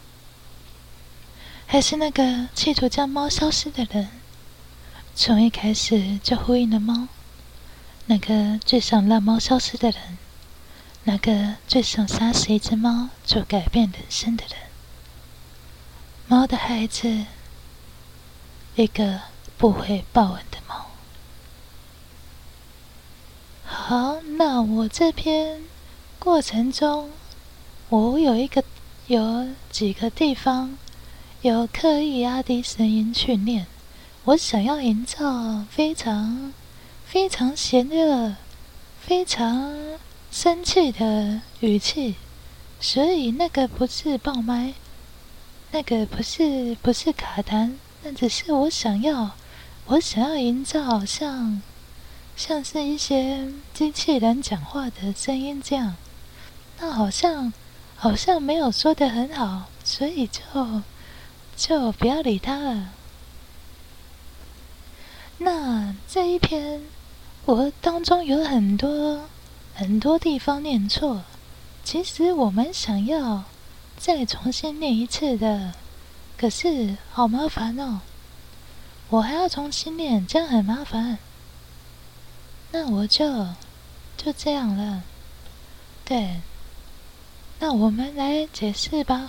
还是那个企图将猫消失的人，从一开始就呼应了猫，那个最想让猫消失的人，那个最想杀死一只猫就改变人生的人。猫的孩子，一个不会报恩的猫。好，那我这篇过程中，我有一个有几个地方有刻意压低声音去念， 我想要营造非常非常邪恶、非常生气的语气，所以那个不是爆麦，那个不是不是卡痰，那只是我想要我想要营造像像是一些机器人讲话的声音这样。那好像好像没有说得很好，所以就就不要理他了。那这一篇我当中有很多很多地方念错，其实我们想要再重新念一次的，可是好麻烦哦，我还要重新念，这样很麻烦。那我就就这样了。对，那我们来解释吧。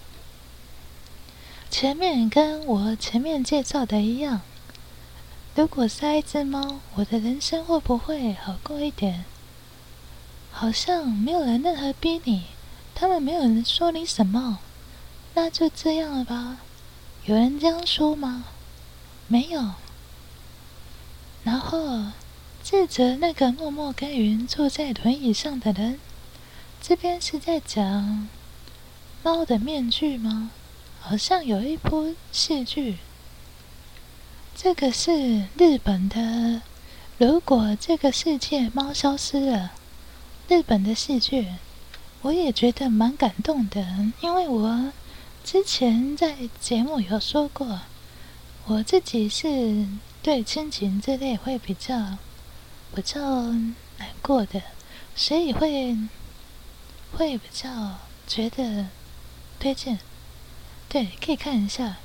前面跟我前面介绍的一样，如果杀一只猫，我的人生会不会好过一点？好像没有人任何逼你，他们没有人说你什么，那就这样了吧？有人这样说吗？没有。然后指责那个默默耕耘坐在轮椅上的人，这边是在讲猫的面具吗？好像有一部戏剧，这个是日本的。如果这个世界猫消失了，日本的戏剧，我也觉得蛮感动的，因为我之前在节目有说过，我自己是对亲情之类会比较比较难过的，所以会会比较觉得推荐，对，可以看一下。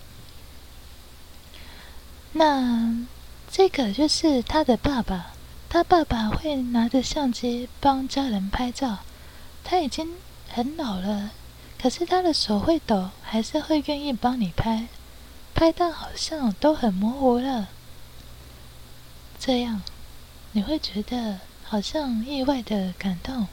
那这个就是他的爸爸，他爸爸会拿着相机帮家人拍照，他已经很老了，可是他的手会抖，还是会愿意帮你拍，拍到好像都很模糊了。这样你会觉得好像意外的感动。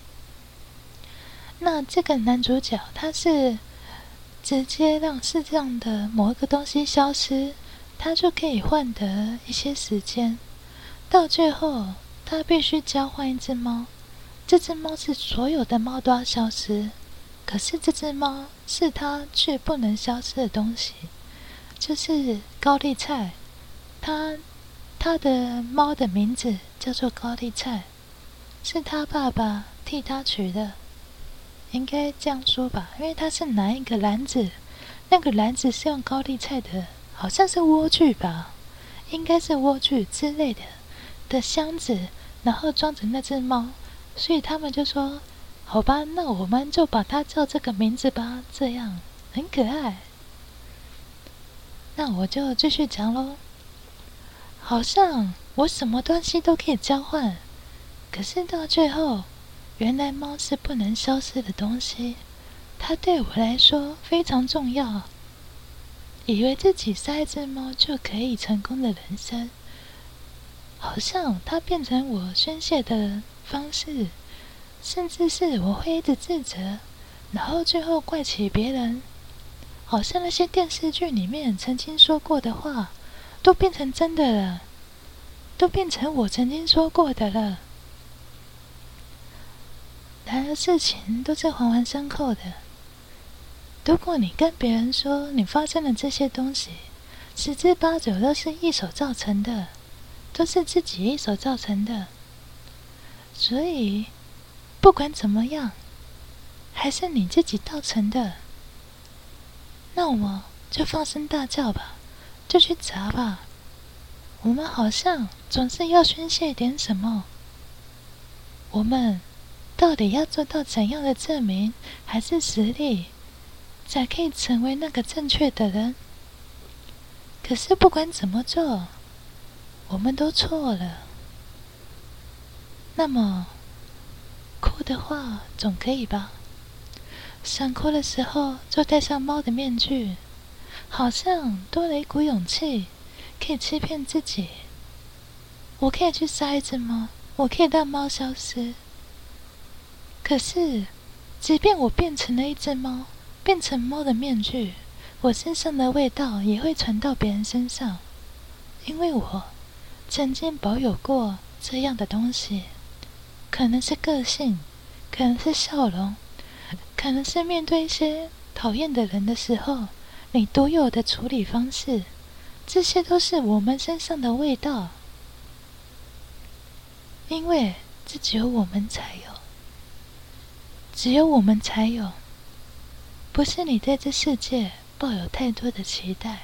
那这个男主角他是直接让世上的某一个东西消失，他就可以换得一些时间。到最后，他必须交换一只猫，这只猫是所有的猫都要消失，可是这只猫是他却不能消失的东西，就是高丽菜。他他的猫的名字叫做高丽菜，是他爸爸替他取的，应该这样说吧，因为他是拿一个篮子，那个篮子是用高丽菜的，好像是莴苣吧，应该是莴苣之类的的箱子，然后装着那只猫，所以他们就说，好吧，那我们就把它叫这个名字吧，这样很可爱。那我就继续讲咯。好像我什么东西都可以交换，可是到最后，原来猫是不能消失的东西，它对我来说非常重要。以为自己杀一只猫就可以成功的人生，好像它变成我宣泄的方式，甚至是我会一直自责，然后最后怪起别人。好像那些电视剧里面曾经说过的话，都变成真的了，都变成我曾经说过的了。然而事情都是环环相扣的。如果你跟别人说你发生了这些东西，十之八九都是一手造成的，都是自己一手造成的。所以不管怎么样，还是你自己造成的，那我就放声大叫吧，就去砸吧。我们好像总是要宣泄点什么，我们到底要做到怎样的证明还是实力，才可以成为那个正确的人？可是不管怎么做，我们都错了。那么哭的话总可以吧？想哭的时候就戴上猫的面具，好像多了一股勇气，可以欺骗自己。我可以去杀一只猫，我可以让猫消失。可是即便我变成了一只猫，变成猫的面具，我身上的味道也会传到别人身上。 因为我曾经保有过这样的东西，可能是个性，可能是笑容，可能是面对一些讨厌的人的时候，你独有的处理方式，这些都是我们身上的味道，因为这只有我们才有，只有我们才有，不是你对这世界抱有太多的期待。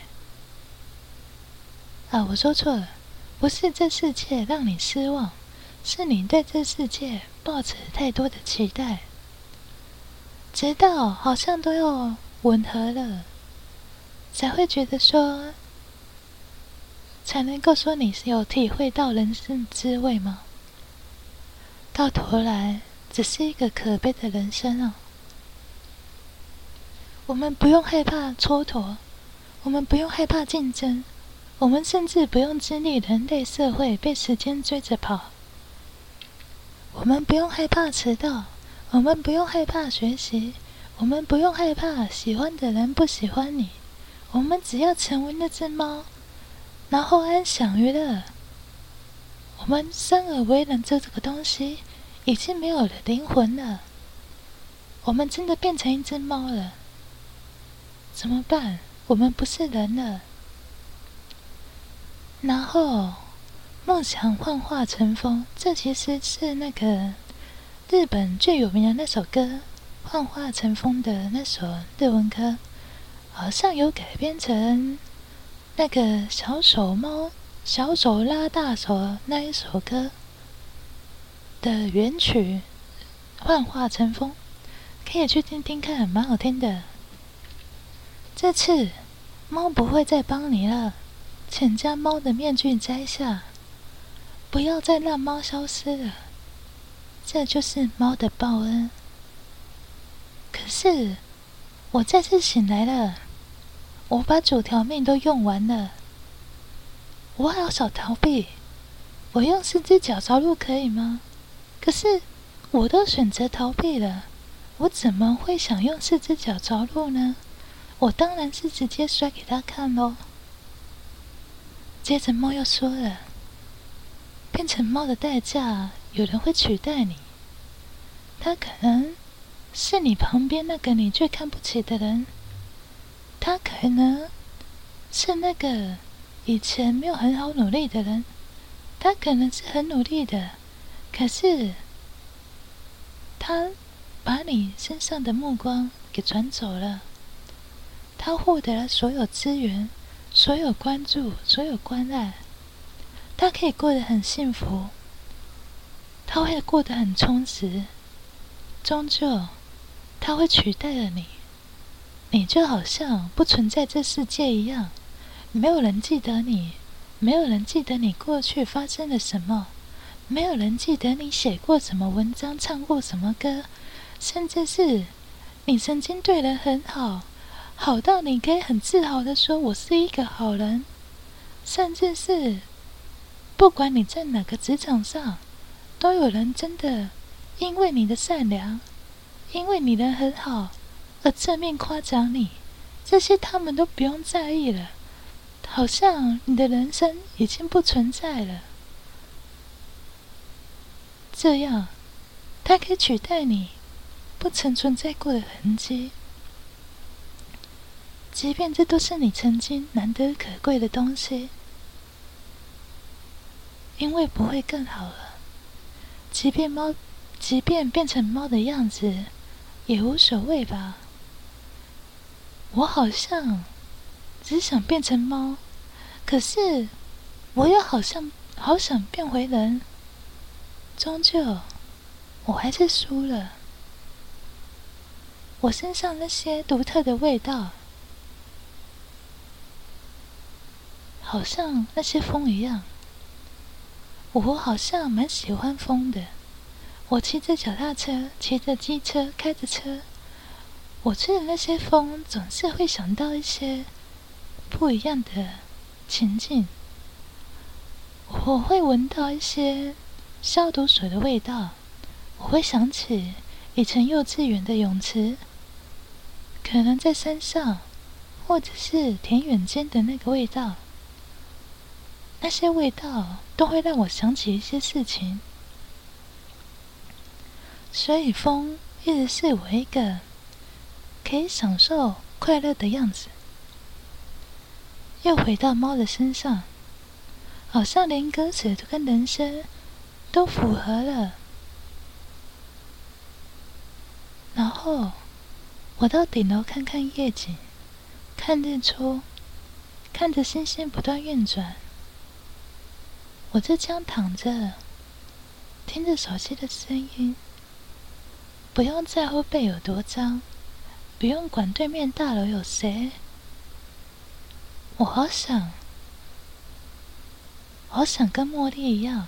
啊，我说错了，不是这世界让你失望，是你对这世界抱持太多的期待，直到好像都要吻合了，才会觉得说，才能够说你是有体会到人生滋味吗？到头来，只是一个可悲的人生啊！我们不用害怕蹉跎，我们不用害怕竞争，我们甚至不用经历人类社会被时间追着跑。我们不用害怕迟到，我们不用害怕学习，我们不用害怕喜欢的人不喜欢你。我们只要成为那只猫，然后安享于乐。我们生而为人这这个东西，已经没有了灵魂了。我们真的变成一只猫了，怎么办？我们不是人了。然后，梦想幻化成风，这其实是那个日本最有名的那首歌《幻化成风》的那首日文歌，好像有改编成那个小手猫小手拉大手那一首歌的原曲《幻化成风》，可以去听听看，蛮好听的。这次猫不会再帮你了，请将猫的面具摘下，不要再让猫消失了，这就是猫的报恩。可是我再次醒来了，我把九条命都用完了，我好少逃避，我用四只脚着陆可以吗？可是我都选择逃避了，我怎么会想用四只脚着陆呢？我当然是直接摔给他看咯。接着猫又说了，变成猫的代价，有人会取代你，他可能是你旁边那个你最看不起的人，他可能是那个以前没有很好努力的人，他可能是很努力的，可是他把你身上的目光给转走了，他获得了所有资源，所有关注，所有关爱，他可以过得很幸福，他会过得很充实，终究他会取代了你，你就好像不存在这世界一样，没有人记得你，没有人记得你过去发生了什么，没有人记得你写过什么文章，唱过什么歌，甚至是你曾经对人很好，好到你可以很自豪地说我是一个好人，甚至是不管你在哪个职场上，都有人真的因为你的善良，因为你人很好而正面夸奖你，这些他们都不用在意了，好像你的人生已经不存在了。这样，它可以取代你不曾存在过的痕迹，即便这都是你曾经难得可贵的东西，因为不会更好了。即便猫，即便变成猫的样子，也无所谓吧。我好像只想变成猫，可是我又好像好想变回人，终究我还是输了。我身上那些独特的味道，好像那些风一样，我好像蛮喜欢风的。我骑着脚踏车，骑着机车，开着车，我吹的那些风总是会想到一些不一样的情境。我会闻到一些消毒水的味道，我会想起以前幼稚园的泳池，可能在山上，或者是田园间的那个味道。 那些味道都会让我想起一些事情，所以风一直是我一个可以享受快乐的样子。又回到猫的身上，好像连歌词跟人声都符合了。然后我到顶楼看看夜景，看日出，看着星星不断运转。我就这样躺着，听着手机的声音，不用在乎背有多脏，不用管对面大楼有谁。我好想，好想跟茉莉一样。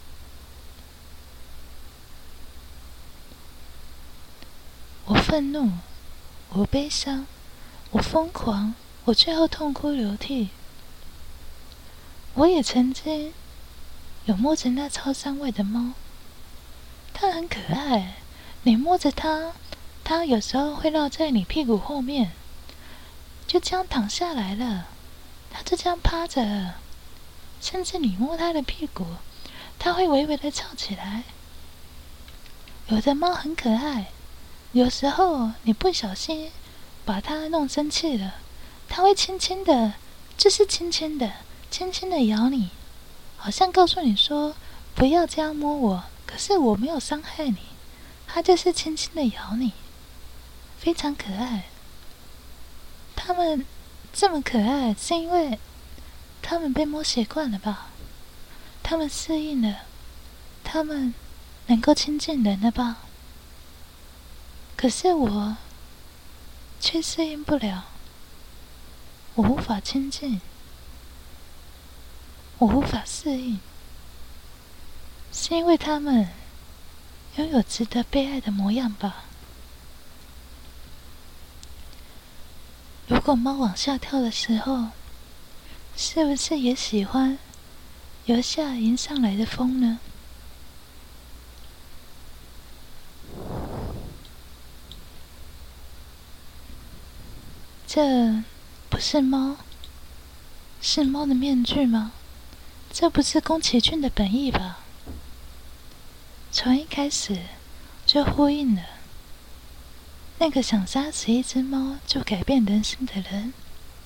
我愤怒，我悲伤，我疯狂，我最后痛哭流涕。我也曾经有摸着那超香味的猫，它很可爱，你摸着它，它有时候会绕在你屁股后面，就这样躺下来了，它就这样趴着了，甚至你摸它的屁股，它会微微的翘起来。有的猫很可爱，有时候你不小心把它弄生气了，它会轻轻的，就是轻轻的，轻轻的咬你，好像告诉你说不要这样摸我，可是我没有伤害你，它就是轻轻的咬你，非常可爱。它们这么可爱，是因为它们被摸习惯了吧？它们适应了，它们能够亲近人了吧？可是我却适应不了，我无法亲近，我无法适应，是因为它们拥有值得被爱的模样吧？如果猫往下跳的时候，是不是也喜欢由下迎上来的风呢？这不是猫，是猫的面具吗？这不是宫崎骏的本意吧？从一开始就呼应了那个想杀死一只猫就改变人生的人。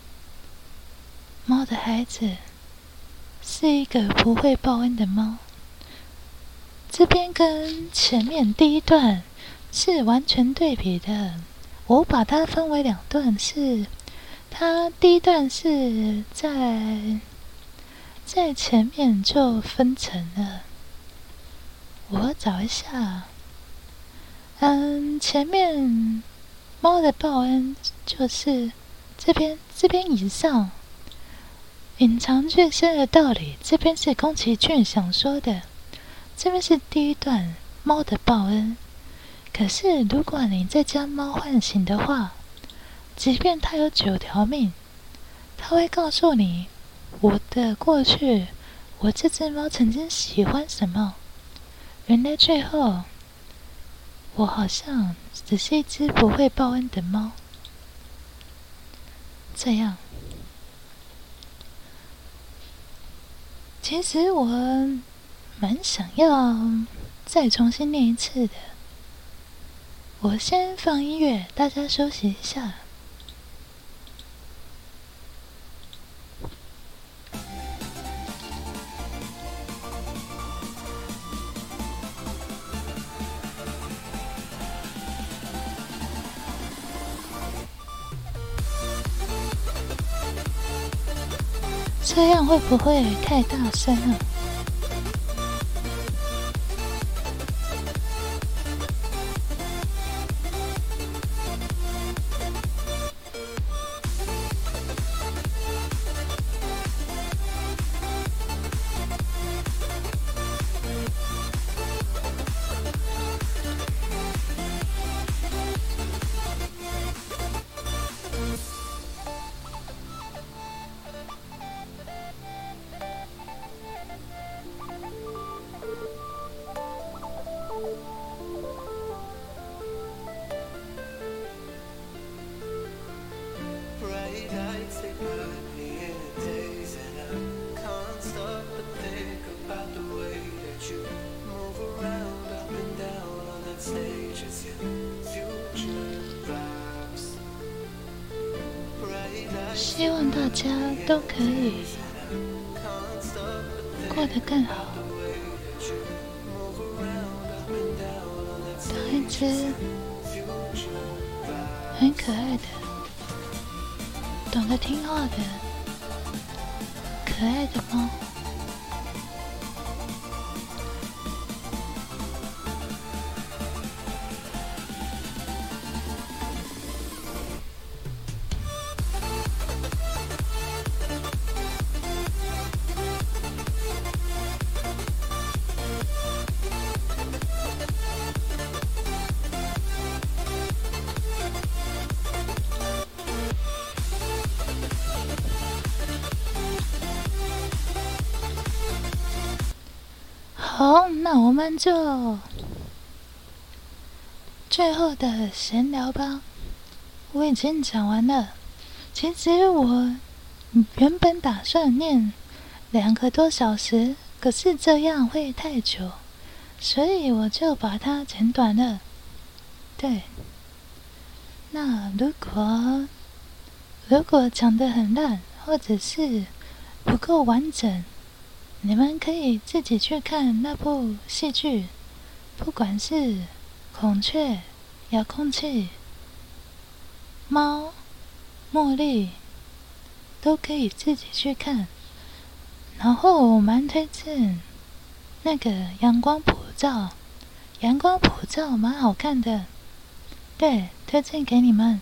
猫的孩子是一个不会报恩的猫，这边跟前面第一段是完全对比的。我把它分为两段，是它第一段是在在前面就分成了，我找一下，嗯，前面猫的报恩就是这边这边以上隐藏最深的道理，这边是宫崎骏想说的，这边是第一段猫的报恩。可是如果你再将猫唤醒的话，即便它有九条命，它会告诉你我的过去，我这只猫曾经喜欢什么。原来最后我好像只是一只不会报恩的猫。这样，其实我蛮想要再重新念一次的。我先放音乐，大家休息一下。这样会不会太大声了？ 希望大家都可以过得更好，当一只很可爱的、懂得听话的可爱的猫。好，那我们就最后的闲聊吧。我已经讲完了。其实我原本打算念两个多小时，可是这样会太久，所以我就把它剪短了。对，那如果如果讲得很烂，或者是不够完整，你们可以自己去看那部戏剧，不管是孔雀、遥控器、猫、茉莉，都可以自己去看。然后我蛮推荐那个阳光普照，阳光普照蛮好看的，对，推荐给你们。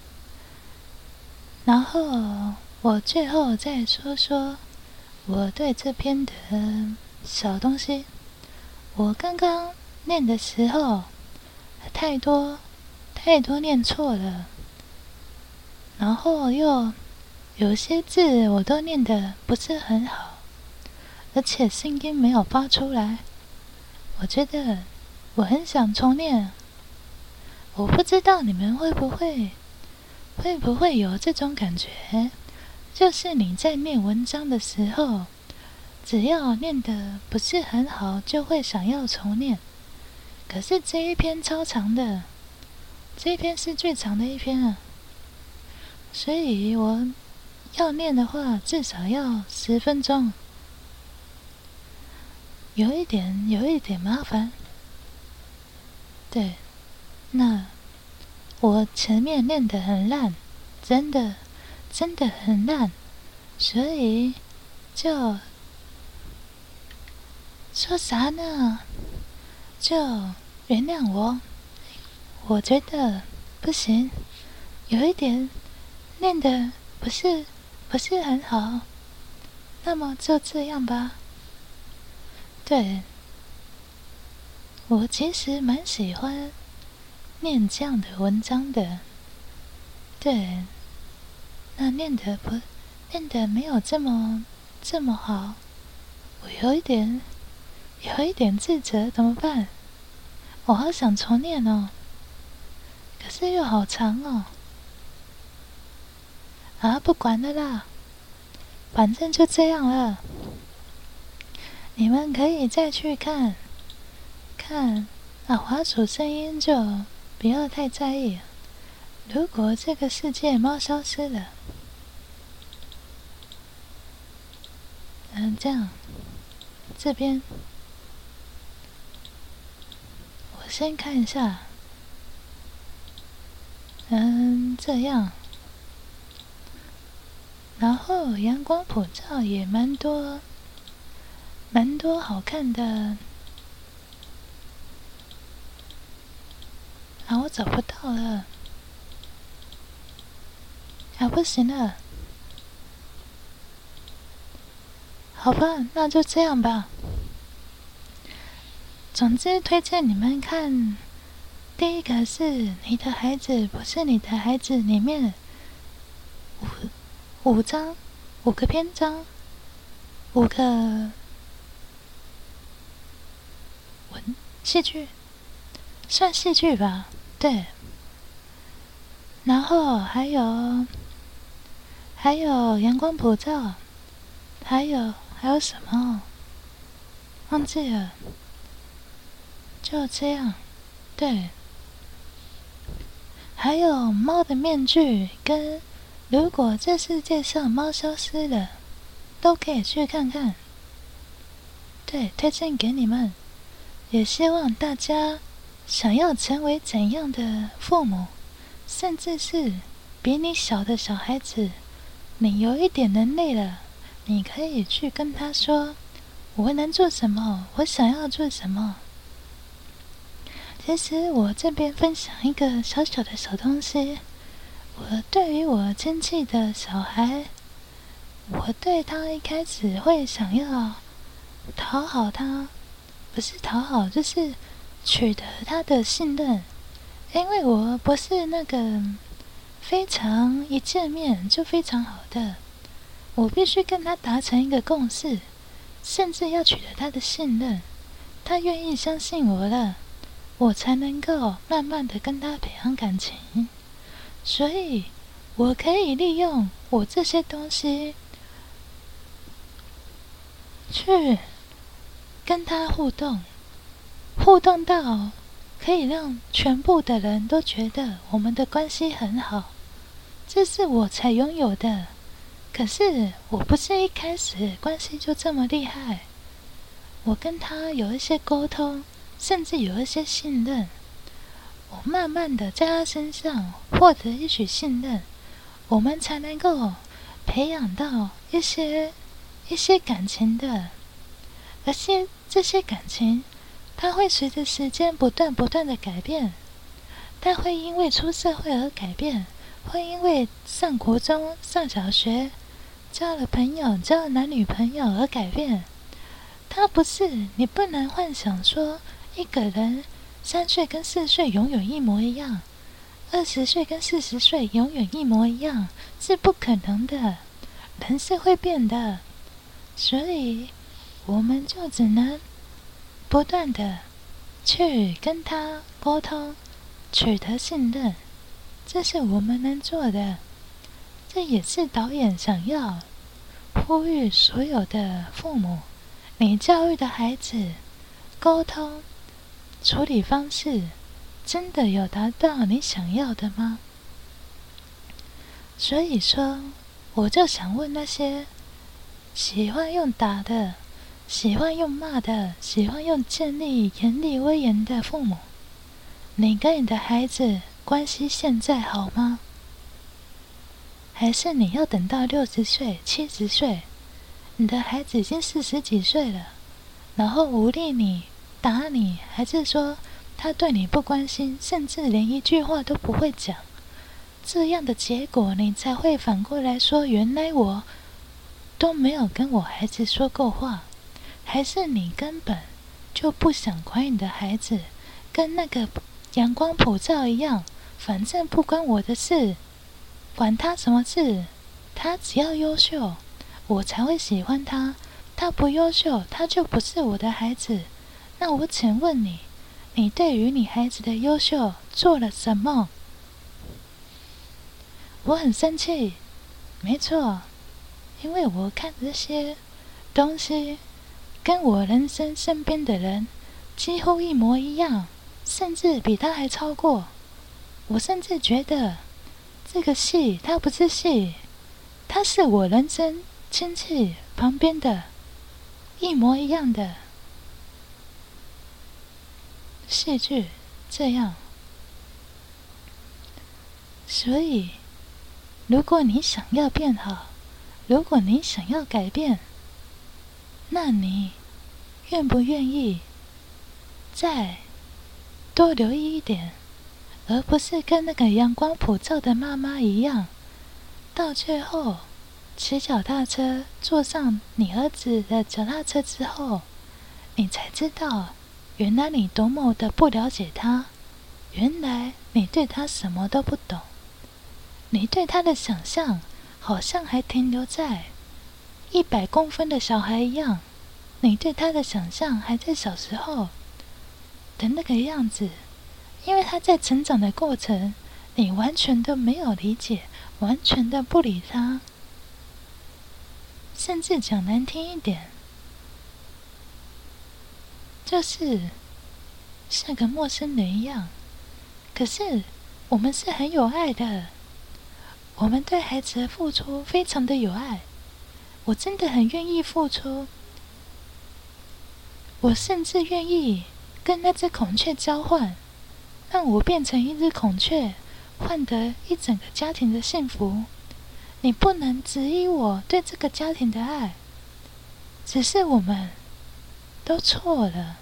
然后我最后再说说我对这篇的小东西。我刚刚念的时候太多太多念错了，然后又有些字我都念得不是很好，而且声音没有发出来。我觉得我很想重念，我不知道你们会不会会不会有这种感觉，就是你在念文章的时候，只要念得不是很好，就会想要重念。可是这一篇超长的，这一篇是最长的一篇啊，所以我要念的话，至少要十分钟，有一点有一点麻烦。对，那我前面念得很烂，真的真的很烂，所以就说啥呢？就原谅我。我觉得不行，有一点念得不是不是很好，那么就这样吧。对，我其实蛮喜欢念这样的文章的。对，那念得不念得没有这么这么好，我有一点有一点自责，怎么办？我好想重念哦，可是又好长哦。啊，不管了啦，反正就这样了。你们可以再去看看啊，滑鼠声音就不要太在意。如果这个世界猫消失了，嗯，这样，这边我先看一下，嗯，这样，然后阳光普照也蛮多，蛮多好看的。啊，我找不到了，啊，不行了。好吧，那就这样吧。总之，推荐你们看，第一个是《你的孩子不是你的孩子》里面五五章，五个篇章，五个文戏剧，算戏剧吧，对。然后还有还有阳光普照，还有还有什么？忘记了。就这样，对。还有猫的面具跟如果这世界上猫消失了，都可以去看看。对，推荐给你们。也希望大家想要成为怎样的父母，甚至是比你小的小孩子，你有一点能力了，你可以去跟他说，我能做什么，我想要做什么。其实我这边分享一个小小的小东西，我对于我亲戚的小孩，我对他一开始会想要讨好他，不是讨好，就是取得他的信任，因为我不是那个非常一见面就非常好的，我必须跟他达成一个共识，甚至要取得他的信任，他愿意相信我了，我才能够慢慢的跟他培养感情。所以我可以利用我这些东西去跟他互动，互动到可以让全部的人都觉得我们的关系很好，这是我才拥有的。可是我不是一开始关系就这么厉害，我跟他有一些沟通，甚至有一些信任，我慢慢的在他身上获得一许信任，我们才能够培养到一些一些感情的，而且这些感情它会随着时间不断不断的改变，它会因为出社会而改变，会因为上国中上小学交了朋友交了男女朋友而改变。它不是你不能幻想说一个人三岁跟四岁永远一模一样，二十岁跟四十岁永远一模一样，是不可能的，人是会变的。所以我们就只能不断的去跟他沟通，取得信任，这是我们能做的。这也是导演想要呼吁所有的父母，你教育的孩子沟通处理方式真的有达到你想要的吗？所以说我就想问那些喜欢用打的，喜欢用骂的，喜欢用建立严厉威严的父母，你跟你的孩子关系现在好吗？还是你要等到六十岁、七十岁，你的孩子已经四十几岁了，然后无理你、打你，还是说他对你不关心，甚至连一句话都不会讲，这样的结果你才会反过来说，原来我都没有跟我孩子说过话，还是你根本就不想管你的孩子，跟那个阳光普照一样，反正不关我的事，管他什么事，他只要优秀，我才会喜欢他，他不优秀，他就不是我的孩子。那我请问你，你对于你孩子的优秀做了什么？我很生气，没错，因为我看这些东西跟我人生身边的人几乎一模一样，甚至比他还超过。我甚至觉得这个戏它不是戏，它是我人生亲戚旁边的一模一样的戏剧，这样。所以如果你想要变好，如果你想要改变，那你愿不愿意再多留意一点，而不是跟那个阳光普照的妈妈一样，到最后骑脚踏车坐上你儿子的脚踏车之后，你才知道原来你多么的不了解他，原来你对他什么都不懂，你对他的想象好像还停留在一百公分的小孩一样，你对他的想象还在小时候的那个样子，因为他在成长的过程，你完全都没有理解，完全的不理他，甚至讲难听一点，就是像个陌生人一样。可是我们是很有爱的， 我们对孩子的付出非常的有爱，我真的很愿意付出，我甚至愿意跟那只孔雀交换，让我变成一只孔雀，换得一整个家庭的幸福。你不能质疑我对这个家庭的爱，只是我们都错了。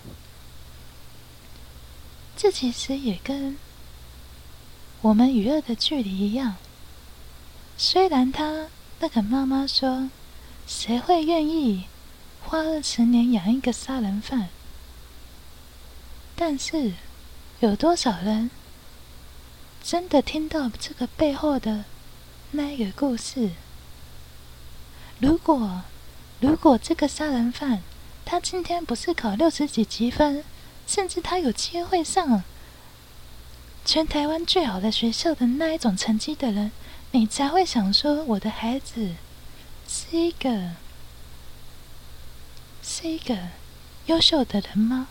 这其实也跟我们与恶的距离一样，虽然他那个妈妈说，谁会愿意花二十年养一个杀人犯？但是有多少人真的听到这个背后的那一个故事？如果如果这个杀人犯他今天不是考六十几积分，甚至他有机会上全台湾最好的学校的那一种成绩的人，你才会想说我的孩子是一个是一个优秀的人吗？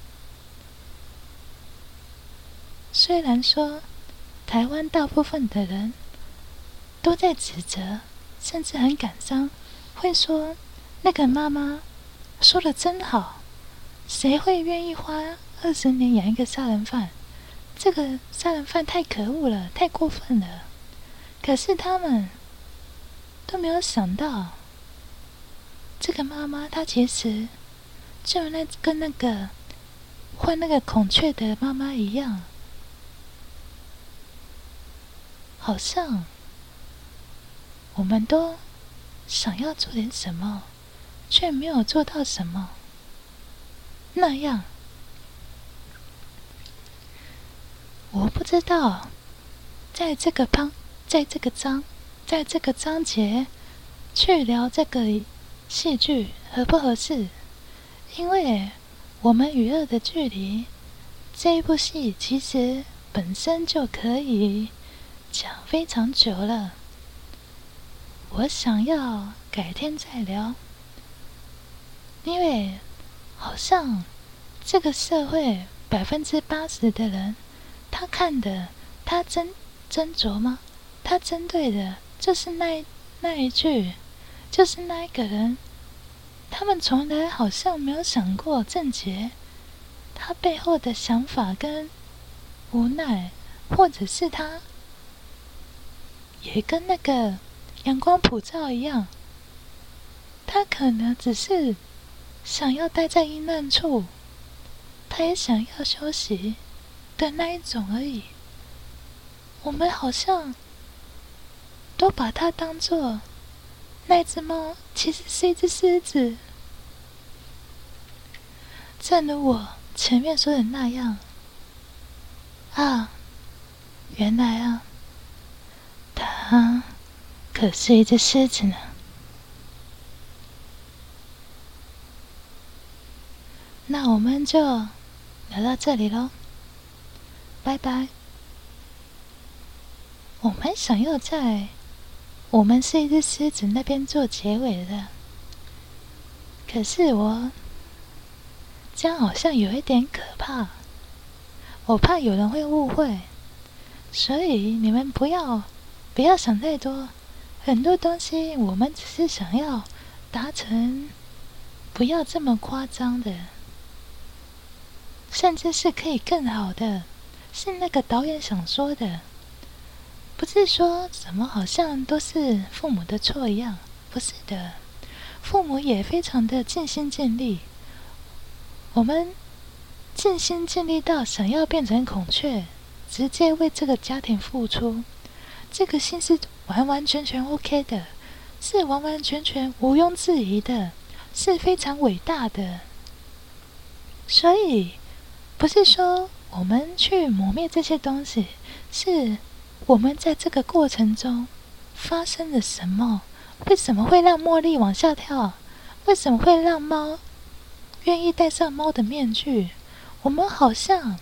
虽然说台湾大部分的人都在指责，甚至很感伤，会说那个妈妈说的真好，谁会愿意花二十年养一个杀人犯？这个杀人犯太可恶了，太过分了。可是他们都没有想到，这个妈妈她其实就那跟那个换那个孔雀的妈妈一样，好像我们都想要做点什么，却没有做到什么。那样，我不知道，在这个章，在这个章，在这个章节去聊这个戏剧合不合适？因为我们与恶的距离这一部戏其实本身就可以讲非常久了，我想要改天再聊，因为好像这个社会百分之八十的人，他看的，他斟斟酌吗？他针对的就是那那一句，就是那一个人。他们从来好像没有想过郑捷他背后的想法跟无奈，或者是他也跟那个阳光普照一样，他可能只是想要待在阴暗处，他也想要休息的那一种而已。我们好像都把它当作那只猫其实是一只狮子。正如我前面说的那样，啊，原来啊，它可是一只狮子呢。那我们就聊到这里咯，拜拜。我们想要在我们是一只狮子那边做结尾的，可是我这样好像有一点可怕，我怕有人会误会，所以你们不要不要想太多，很多东西我们只是想要达成不要这么夸张的，甚至是可以更好的，是那个导演想说的，不是说什么好像都是父母的错一样，不是的，父母也非常的尽心尽力，我们尽心尽力到想要变成孔雀，直接为这个家庭付出，这个心是完完全全 OK 的，是完完全全毋庸置疑的，是非常伟大的。所以不是说我们去磨灭这些东西，是我们在这个过程中发生了什么？为什么会让茉莉往下跳？为什么会让猫愿意戴上猫的面具？我们好像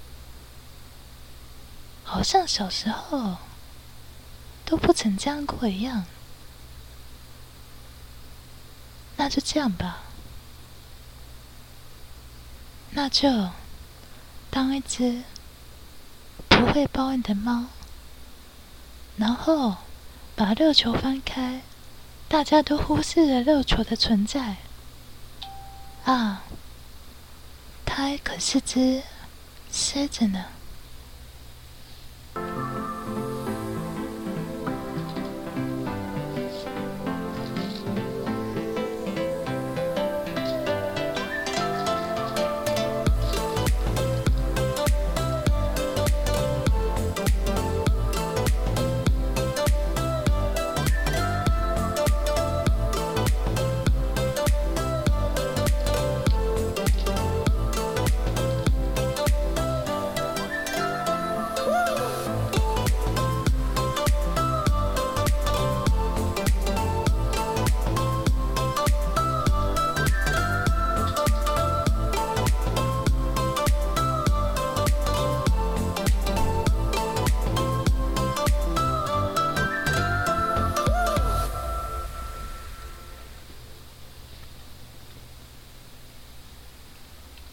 好像小时候都不曾这样过一样。那就这样吧，那就当一只不会报恩的猫，然后把热球翻开，大家都忽视了热球的存在。啊，它可是只狮子呢！